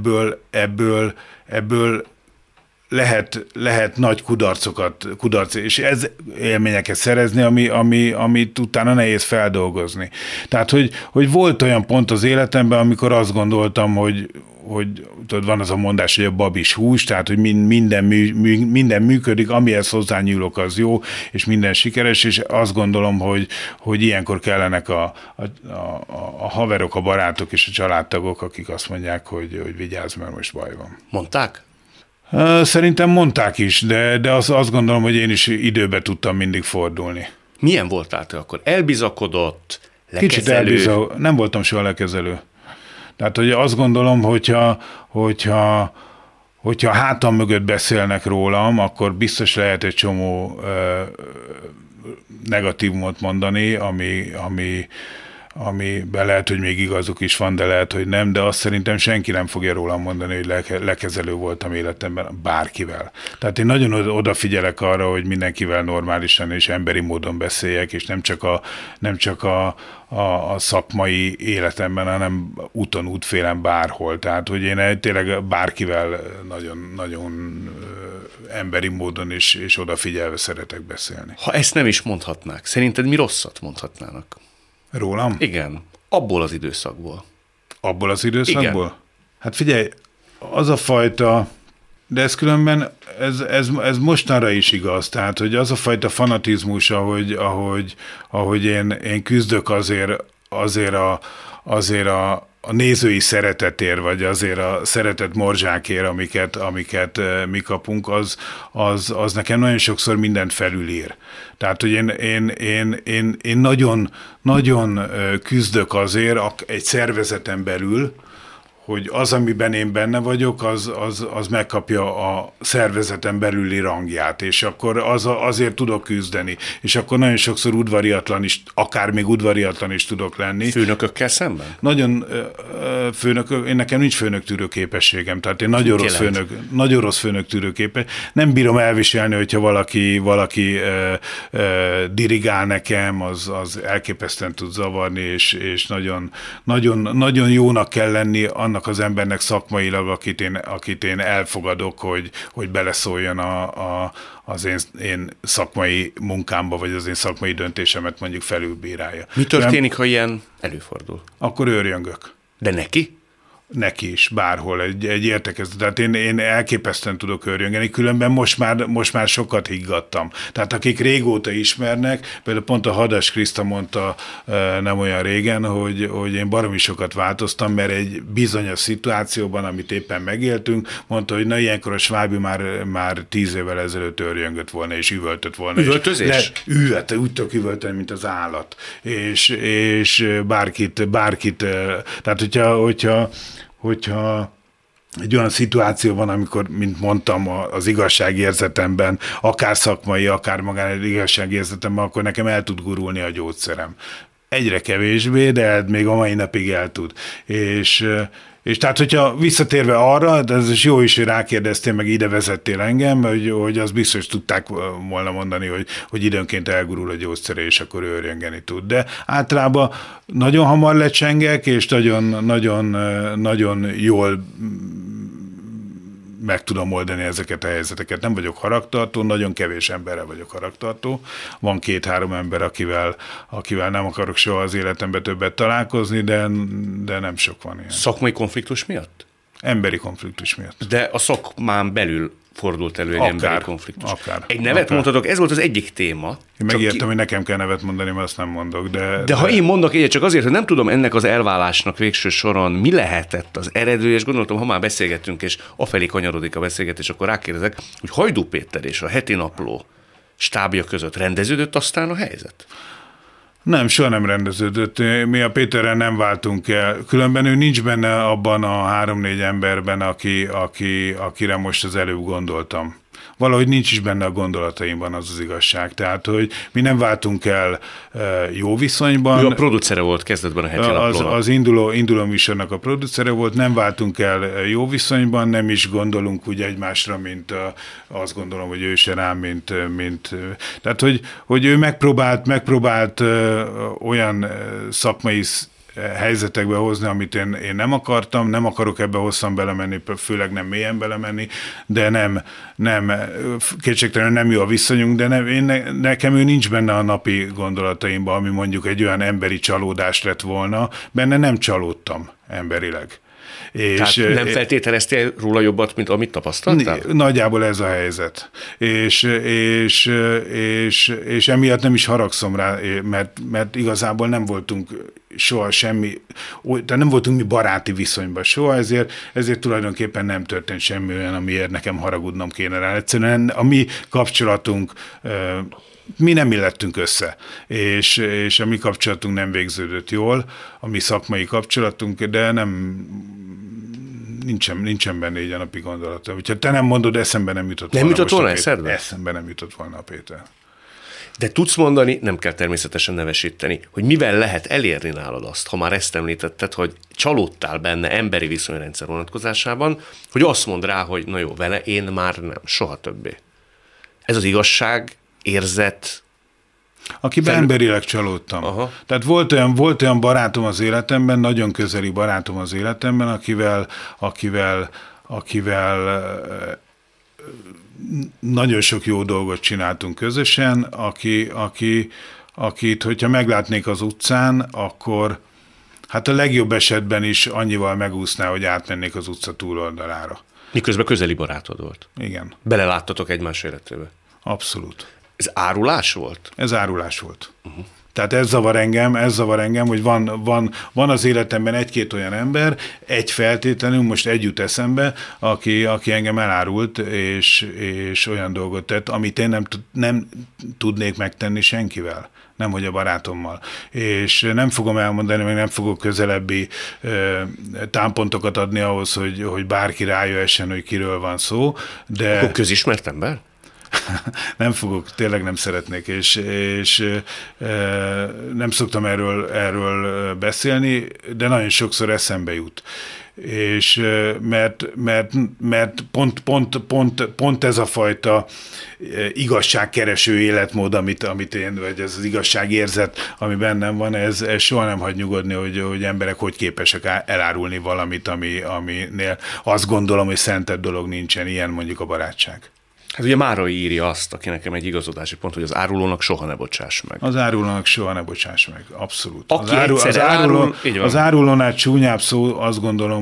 ebből lehet nagy kudarc, és ez élményeket szerezni, amit utána nehéz feldolgozni. Tehát, hogy volt olyan pont az életemben, amikor azt gondoltam, hogy tudod, van az a mondás, hogy a bab is hús, tehát, hogy minden működik, amihez hozzányúlok, az jó, és minden sikeres, és azt gondolom, hogy ilyenkor kellenek a haverok, a barátok és a családtagok, akik azt mondják, hogy vigyázz, mert most baj van. Mondták? Szerintem mondták is, de azt gondolom, hogy én is időbe tudtam mindig fordulni. Milyen voltál te akkor? Elbizakodott, lekezelő? Kicsit nem voltam soha lekezelő. Tehát, hogy azt gondolom, hogyha hátam mögött beszélnek rólam, akkor biztos lehet egy csomó negatívumot mondani, amiben lehet, hogy még igazuk is van, de lehet, hogy nem, de azt szerintem senki nem fogja rólam mondani, hogy lekezelő voltam életemben bárkivel. Tehát én nagyon odafigyelek arra, hogy mindenkivel normálisan és emberi módon beszéljek, és nem csak a szakmai életemben, hanem útfélen bárhol. Tehát, hogy én tényleg bárkivel nagyon, nagyon emberi módon és odafigyelve szeretek beszélni. Ha ezt nem is mondhatnák, szerinted mi rosszat mondhatnának? Rólam? Igen. Abból az időszakból. Abból az időszakból? Igen. Hát figyelj, az a fajta, de ez különben, ez mostanra is igaz, tehát, hogy az a fajta fanatizmus, ahogy én küzdök azért a nézői szeretetért, vagy azért a szeretett morzsákért, amiket mi kapunk, az nekem nagyon sokszor mindent felülír. Tehát, hogy én nagyon, nagyon küzdök azért egy szervezeten belül, hogy az, amiben én benne vagyok, az megkapja a szervezeten belüli rangját, és akkor azért tudok küzdeni. És akkor nagyon sokszor udvariatlan is, akár még udvariatlan is tudok lenni. Főnökökkel szemben? Nagyon én nekem nincs főnöktűrő képességem, tehát én nagyon rossz főnöktűrő képes. Nem bírom elviselni, hogyha valaki dirigál nekem, az elképesztően tud zavarni, és nagyon, nagyon, nagyon jónak kell lenni annak annak az embernek szakmailag, akit én elfogadok, hogy beleszóljon az én szakmai munkámba, vagy az én szakmai döntésemet mondjuk felülbírálja. Mi történik, ha ilyen előfordul? Akkor őrjöngök. De neki? Neki is, bárhol, egy értekező. Tehát én elképesztően tudok őrjöngeni, különben most már sokat higgadtam. Tehát akik régóta ismernek, például pont a Hadas Kriszta mondta nem olyan régen, hogy én baromi sokat változtam, mert egy bizonyos szituációban, amit éppen megéltünk, mondta, hogy na ilyenkor a Svábi már 10 évvel ezelőtt őrjöngött volna, és üvöltött volna. Üvöltözés? Úgy tudok üvölteni, mint az állat. És bárkit, tehát hogyha egy olyan szituáció van, amikor, mint mondtam, az igazságérzetemben, akár szakmai, akár magán igazságérzetemben, akkor nekem el tud gurulni a gyógyszerem. Egyre kevésbé, de még a mai napig el tud. És tehát, hogyha visszatérve arra, de ez is jó is, hogy rákérdeztél, meg ide vezettél engem, hogy azt biztos tudták volna mondani, hogy időnként elgurul a gyógyszere, és akkor őrjöngeni tud. De általában nagyon hamar lecsengek, és nagyon jól meg tudom oldani ezeket a helyzeteket. Nem vagyok haragtartó, nagyon kevés emberrel vagyok haragtartó. Van 2-3 ember, akivel nem akarok soha az életemben többet találkozni, de nem sok van ilyen. Szakmai konfliktus miatt? Emberi konfliktus miatt. De a szakmán belül fordult elő egy emberi konfliktus. Akár. Egy nevet mondhatok, ez volt az egyik téma. Én megértem, hogy nekem kell nevet mondani, mert azt nem mondok. De ha én mondok egyet, csak azért, hogy nem tudom ennek az elválásnak végső soron mi lehetett az eredő, és gondoltam, ha már beszélgettünk, és afelé kanyarodik a beszélgetés, akkor rákérdezek, hogy Hajdú Péter és a Heti Napló stábja között rendeződött aztán a helyzet? Nem, soha nem rendeződött. Mi a Péterrel nem váltunk el. Különben ő nincs benne abban a 3-4 emberben, akire most az előbb gondoltam. Valahogy nincs is benne a gondolataimban az igazság. Tehát, hogy mi nem váltunk el jó viszonyban. Ő a producere volt kezdetben a Heti Naplónak. Az induló műsornak a producere volt, nem váltunk el jó viszonyban, nem is gondolunk úgy egymásra, mint azt gondolom, hogy ő se rám, mint tehát, hogy ő megpróbált olyan szakmai helyzetekbe hozni, amit én nem akartam, nem akarok ebbe hosszan belemenni, főleg nem mélyen belemenni, de nem kétségtelenül nem jó a viszonyunk, de nekem ő nincs benne a napi gondolataimban, ami mondjuk egy olyan emberi csalódás lett volna, benne nem csalódtam emberileg. Tehát nem feltételeztél róla jobbat, mint amit tapasztaltál? Nagyjából ez a helyzet. És emiatt nem is haragszom rá, mert igazából nem voltunk soha tehát nem voltunk mi baráti viszonyban soha, ezért tulajdonképpen nem történt semmi olyan, amiért nekem haragudnom kéne rá. Egyszerűen a mi kapcsolatunk, mi nem illettünk össze, és a mi kapcsolatunk nem végződött jól, a mi szakmai kapcsolatunk, de nincsen benne így a napi gondolata. Úgyhogy te nem mondod, eszembe nem jutott volna. Nem jutott volna eszedbe? Eszembe nem jutott volna a Péter. De tudsz mondani, nem kell természetesen nevesíteni, hogy mivel lehet elérni nálad azt, ha már ezt említetted, hogy csalódtál benne emberi viszonyrendszer vonatkozásában, hogy azt mondd rá, hogy na jó, vele én már nem, soha többé. Ez az igazság, érzet, akiben emberileg csalódtam. Aha. Tehát volt olyan barátom az életemben, nagyon közeli barátom az életemben, akivel nagyon sok jó dolgot csináltunk közösen, akit, hogyha meglátnék az utcán, akkor hát a legjobb esetben is annyival megúszná, hogy átmennék az utca túloldalára. Miközben közeli barátod volt. Igen. Beleláttatok egymás életébe. Abszolút. Ez árulás volt? Ez árulás volt. Uh-huh. Tehát ez zavar engem, hogy van az életemben egy-két olyan ember, egy feltétlenül, most egy jut eszembe, aki engem elárult, és olyan dolgot tett, amit én nem tudnék megtenni senkivel, nemhogy a barátommal. És nem fogom elmondani, meg nem fogok közelebbi támpontokat adni ahhoz, hogy bárki rájöhessen, hogy kiről van szó. De akkor közismert ember? Nem fogok, tényleg nem szeretnék, és nem szoktam erről beszélni, de nagyon sokszor eszembe jut. és mert pont ez a fajta igazságkereső életmód, amit én, vagy ez az igazságérzet, ami bennem van, ez soha nem hagy nyugodni, hogy emberek hogy képesek elárulni valamit, aminél azt gondolom, hogy szentebb dolog nincsen, ilyen mondjuk a barátság. Hát ugye Márai írja azt, aki nekem egy igazodási pont, hogy az árulónak soha ne bocsáss meg. Az árulónak soha ne bocsáss meg, abszolút. Az árulónál csúnyább szó, azt gondolom,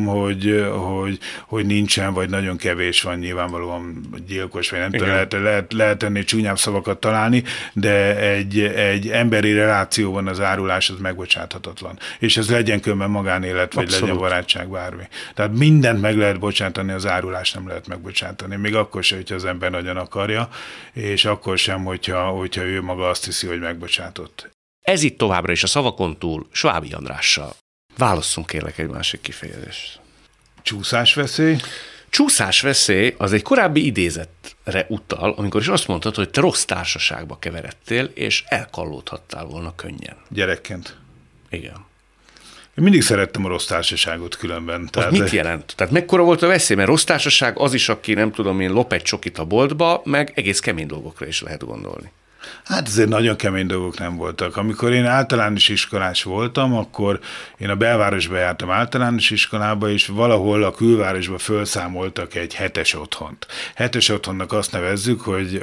hogy nincsen, vagy nagyon kevés van, nyilvánvalóan gyilkos, vagy nem tudom, lehet ennél csúnyább szavakat találni, de egy emberi relációban az árulás az megbocsáthatatlan. És ez legyen különben magánélet, vagy abszolút. Legyen barátság, bármi. Tehát mindent meg lehet bocsátani, az árulást nem lehet megbocsátani. Még akkor sem, hogyha az ember nagyon akarja, és akkor sem, hogyha ő maga azt hiszi, hogy megbocsátott. Ez itt továbbra is a szavakon túl Svábi Andrással. Válasszunk kérlek egy másik kifejezést. Csúszásveszély? Csúszásveszély az egy korábbi idézetre utal, amikor is azt mondtad, hogy te rossz társaságba keveredtél, és elkallódhattál volna könnyen. Gyerekként? Igen. Én mindig szerettem a rossz társaságot különben. Tehát mit jelent? Tehát mekkora volt a veszély? Mert rossz társaság az is, aki nem tudom én lop egy csokit a boltba, meg egész kemény dolgokra is lehet gondolni. Hát azért nagyon kemény dolgok nem voltak. Amikor én általános iskolás voltam, akkor én a belvárosba jártam általános iskolába, és valahol a külvárosba felszámoltak egy 7-es otthont. 7-es otthonnak azt nevezzük, hogy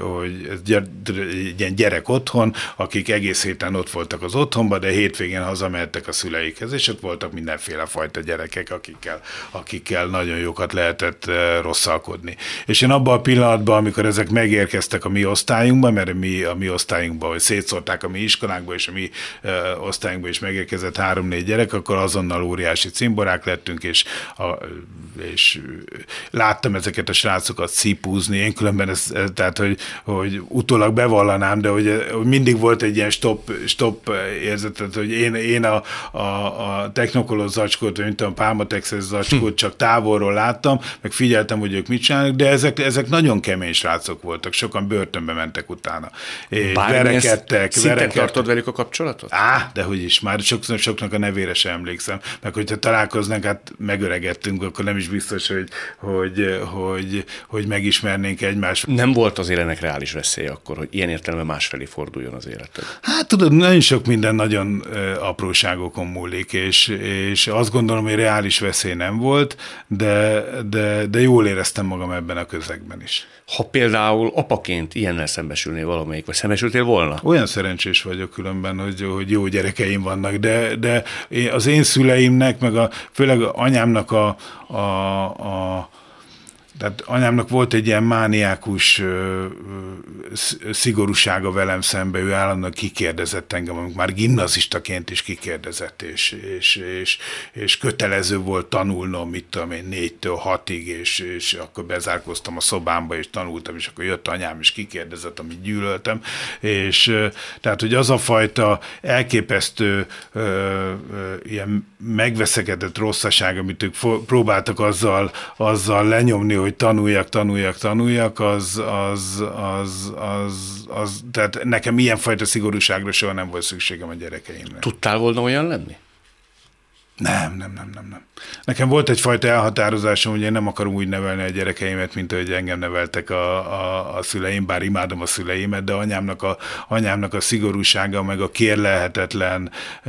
egy ilyen gyerek otthon, akik egész héten ott voltak az otthonban, de hétvégén hazamehettek a szüleikhez, és ott voltak mindenféle fajta gyerekek, akikkel nagyon jókat lehetett rosszalkodni. És én abban a pillanatban, amikor ezek megérkeztek a mi osztályunkba, mert a mi osztályunkba, hogy szétszórták a mi iskolánkba, és a mi osztályunkba is megérkezett 3-4 gyerek, akkor azonnal óriási cimborák lettünk, és láttam ezeket a srácokat szipúzni. Én különben tehát, hogy utólag bevallanám, de hogy mindig volt egy ilyen stop érzetet, hogy én a technokoló zacskót, vagy mint a Pálmatexes zacskót csak távolról láttam, meg figyeltem, hogy ők mit csinálnak, de ezek nagyon kemény srácok voltak, sokan börtönbe mentek utána. Verekedtek. Szinten tartod velük a kapcsolatot? Dehogy is, már soknak a nevére sem emlékszem. Meg hogyha találkoznánk, hát megöregettünk, akkor nem is biztos, hogy megismernénk egymást. Nem volt azért ennek reális veszély akkor, hogy ilyen értelemben másfelé forduljon az életed? Hát tudod, nagyon sok minden nagyon apróságokon múlik, és azt gondolom, hogy reális veszély nem volt, de jól éreztem magam ebben a közegben is. Ha például apaként ilyennel szembesülnél valamelyik, vagy szembesültél volna? Olyan szerencsés vagyok különben, hogy jó gyerekeim vannak, de az én szüleimnek, meg főleg anyámnak tehát anyámnak volt egy ilyen mániákus szigorúsága velem szembe, ő állandóan kikérdezett engem, amikor már gimnazistaként is kikérdezett, és kötelező volt tanulnom, mit tudom én, 4-től 6-ig, és akkor bezárkoztam a szobámba, és tanultam, és akkor jött anyám, és kikérdezett, amit gyűlöltem, és tehát, hogy az a fajta elképesztő ilyen megveszekedett rosszaság, amit ők próbáltak azzal lenyomni, hogy tanuljak, az tehát nekem ilyenfajta szigorúságra soha nem volt szükségem a gyerekeimnek. Tudtál volna olyan lenni? Nem. Nekem volt egyfajta elhatározásom, hogy én nem akarom úgy nevelni a gyerekeimet, mint ahogy engem neveltek a szüleim, bár imádom a szüleimet, de anyámnak a szigorúsága, meg a kérlelhetetlen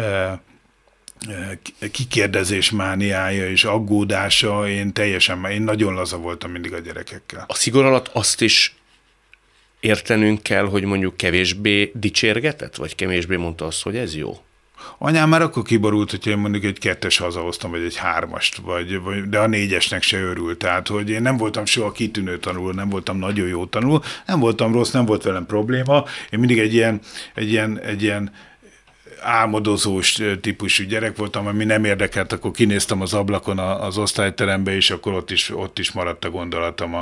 kikérdezés mániája és aggódása, én nagyon laza voltam mindig a gyerekekkel. A szigor alatt azt is értenünk kell, hogy mondjuk kevésbé dicsérgetett, vagy kevésbé mondta azt, hogy ez jó? Anyám már akkor kiborult, hogyha én mondjuk egy 2-es hazahoztam, vagy egy 3-ast, de a 4-esnek se örült. Tehát, hogy én nem voltam soha kitűnő tanuló, nem voltam nagyon jó tanuló, nem voltam rossz, nem volt velem probléma. Én mindig egy ilyen álmodozós típusú gyerek voltam, ami nem érdekelt, akkor kinéztem az ablakon az osztályterembe, és akkor ott is maradt a gondolatom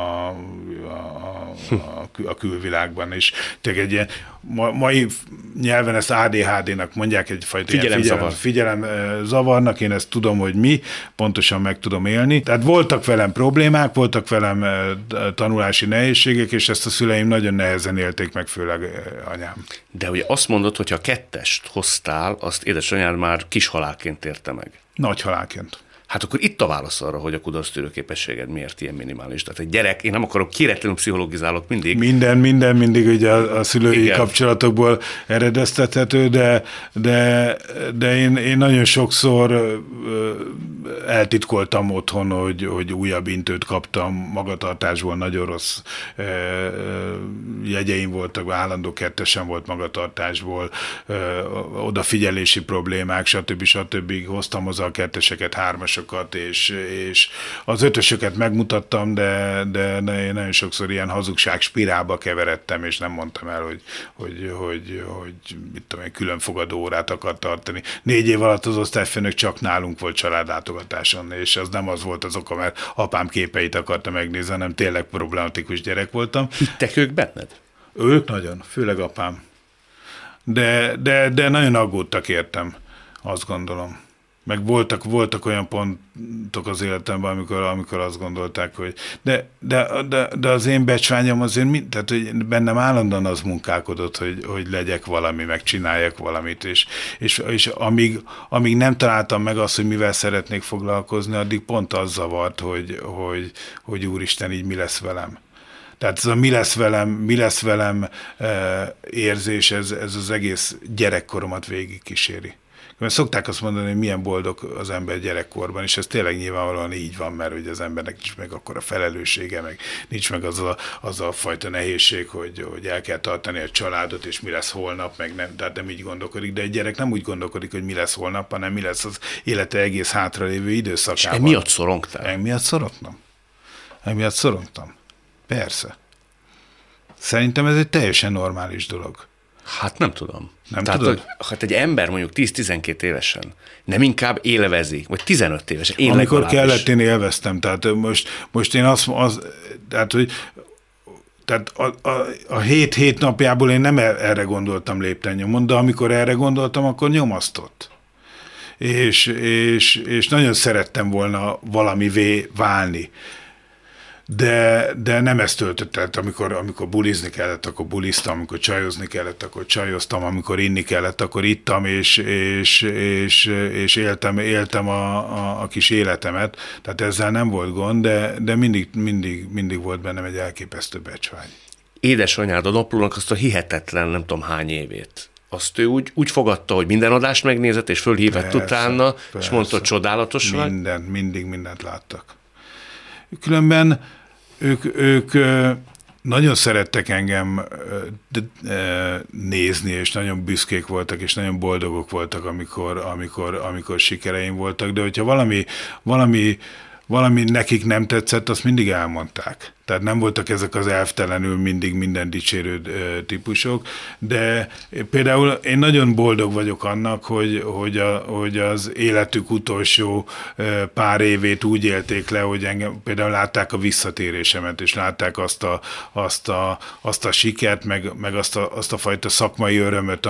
a külvilágban. És tényleg egy ilyen mai nyelven ezt ADHD-nak mondják, egyfajta figyelemzavarnak, én ezt tudom, hogy mi, pontosan meg tudom élni. Tehát voltak velem problémák, voltak velem tanulási nehézségek, és ezt a szüleim nagyon nehezen élték meg, főleg anyám. De ugye azt mondod, hogy ha 2-est hoztál, azt édesanyád már kis halálként érte meg. Nagy halálként. Hát akkor itt a válasz arra, hogy a kudarctűrő képességed miért ilyen minimális. Tehát egy gyerek, én nem akarok, kéretlenül pszichologizálok mindig. Minden mindig ugye a szülői kapcsolatokból eredeztethető, de én nagyon sokszor eltitkoltam otthon, hogy újabb intőt kaptam, magatartásból nagyon rossz jegyeim voltak, állandó kettesen volt magatartásból, odafigyelési problémák, stb. Hoztam hozzá a ketteseket, hármasokat, és az ötösöket megmutattam, de én nagyon sokszor ilyen hazugság spirálba keveredtem, és nem mondtam el, hogy mit tudom én, külön fogadó órát akar tartani. 4 év alatt az osztályfőnök csak nálunk volt családlátogatáson, és az nem az volt az oka, mert apám képeit akarta megnézni, hanem tényleg problematikus gyerek voltam. Hittek ők benned? Ők nagyon, főleg apám. De nagyon aggódtak értem, azt gondolom. Meg voltak olyan pontok az életemben, amikor azt gondolták, hogy de az én becsványom azért, tehát hogy bennem állandóan az munkálkodott, hogy legyek valami, meg csináljak valamit, és amíg nem találtam meg azt, hogy mivel szeretnék foglalkozni, addig pont az zavart, hogy úristen, így mi lesz velem. Tehát ez a mi lesz velem érzés, ez az egész gyerekkoromat végig kíséri. Mert szokták azt mondani, hogy milyen boldog az ember gyerekkorban, és ez tényleg nyilvánvalóan így van, mert hogy az embernek nincs meg akkor a felelőssége, meg nincs meg az a fajta nehézség, hogy el kell tartani a családot, és mi lesz holnap, meg nem, tehát nem így gondolkodik, de egy gyerek nem úgy gondolkodik, hogy mi lesz holnap, hanem mi lesz az élete egész hátralévő időszakában. És emiatt szorongtál? Emiatt szorongtam. Persze. Szerintem ez egy teljesen normális dolog. Hát nem tudom. Nem tudod? Hát egy ember mondjuk 10-12 évesen nem inkább élvezi, vagy 15 évesen. Amikor kellett, én élveztem. Tehát most én tehát a 7 napjából én nem erre gondoltam lépten nyomon, de amikor erre gondoltam, akkor nyomasztott. És nagyon szerettem volna valamivé válni. De nem ezt töltött el, amikor bulizni kellett, akkor buliztam, amikor csajozni kellett, akkor csajoztam, amikor inni kellett, akkor ittam, és éltem a kis életemet. Tehát ezzel nem volt gond, de mindig volt bennem egy elképesztő becsvágy. Édesanyád a Naplónak azt a hihetetlen nem tudom hány évét. Azt ő úgy fogadta, hogy minden adást megnézett, és fölhívett utána, és mondta, hogy csodálatos vagy. Mindig mindent láttak. Különben ők nagyon szerettek engem nézni, és nagyon büszkék voltak, és nagyon boldogok voltak, amikor sikereim voltak, de hogyha valami nekik nem tetszett, azt mindig elmondták. Tehát nem voltak ezek az elvtelenül mindig minden dicsérő típusok, de például én nagyon boldog vagyok annak, hogy az életük utolsó pár évét úgy élték le, hogy engem például látták a visszatérésemet, és látták azt a sikert, meg azt a fajta szakmai örömöt,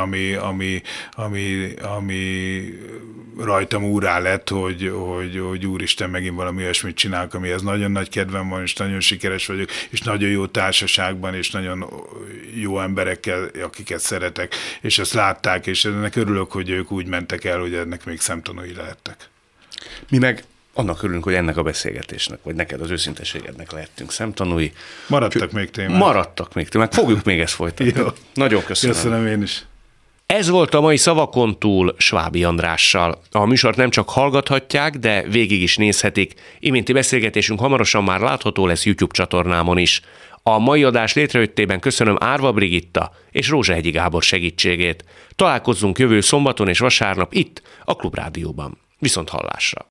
ami rajtam úrrá lett, hogy úristen, megint valami olyasmit csinálok, amihez nagyon nagy kedvem van, és nagyon sikeres vagyok, és nagyon jó társaságban, és nagyon jó emberekkel, akiket szeretek, és ezt látták, és ennek örülök, hogy ők úgy mentek el, hogy ennek még szemtanúi lehettek. Mi meg annak örülünk, hogy ennek a beszélgetésnek, vagy neked az őszinteségednek lehettünk szemtanúi. Maradtak még témák. Fogjuk még ezt folytatni. Jó. Nagyon köszönöm. Köszönöm én is. Ez volt a mai Szavakon túl Svábi Andrással. A műsort nem csak hallgathatják, de végig is nézhetik. Iménti beszélgetésünk hamarosan már látható lesz YouTube csatornámon is. A mai adás létrejöttében köszönöm Árva Brigitta és Rózsahegyi Gábor segítségét. Találkozzunk jövő szombaton és vasárnap itt, a Klubrádióban. Viszont hallásra!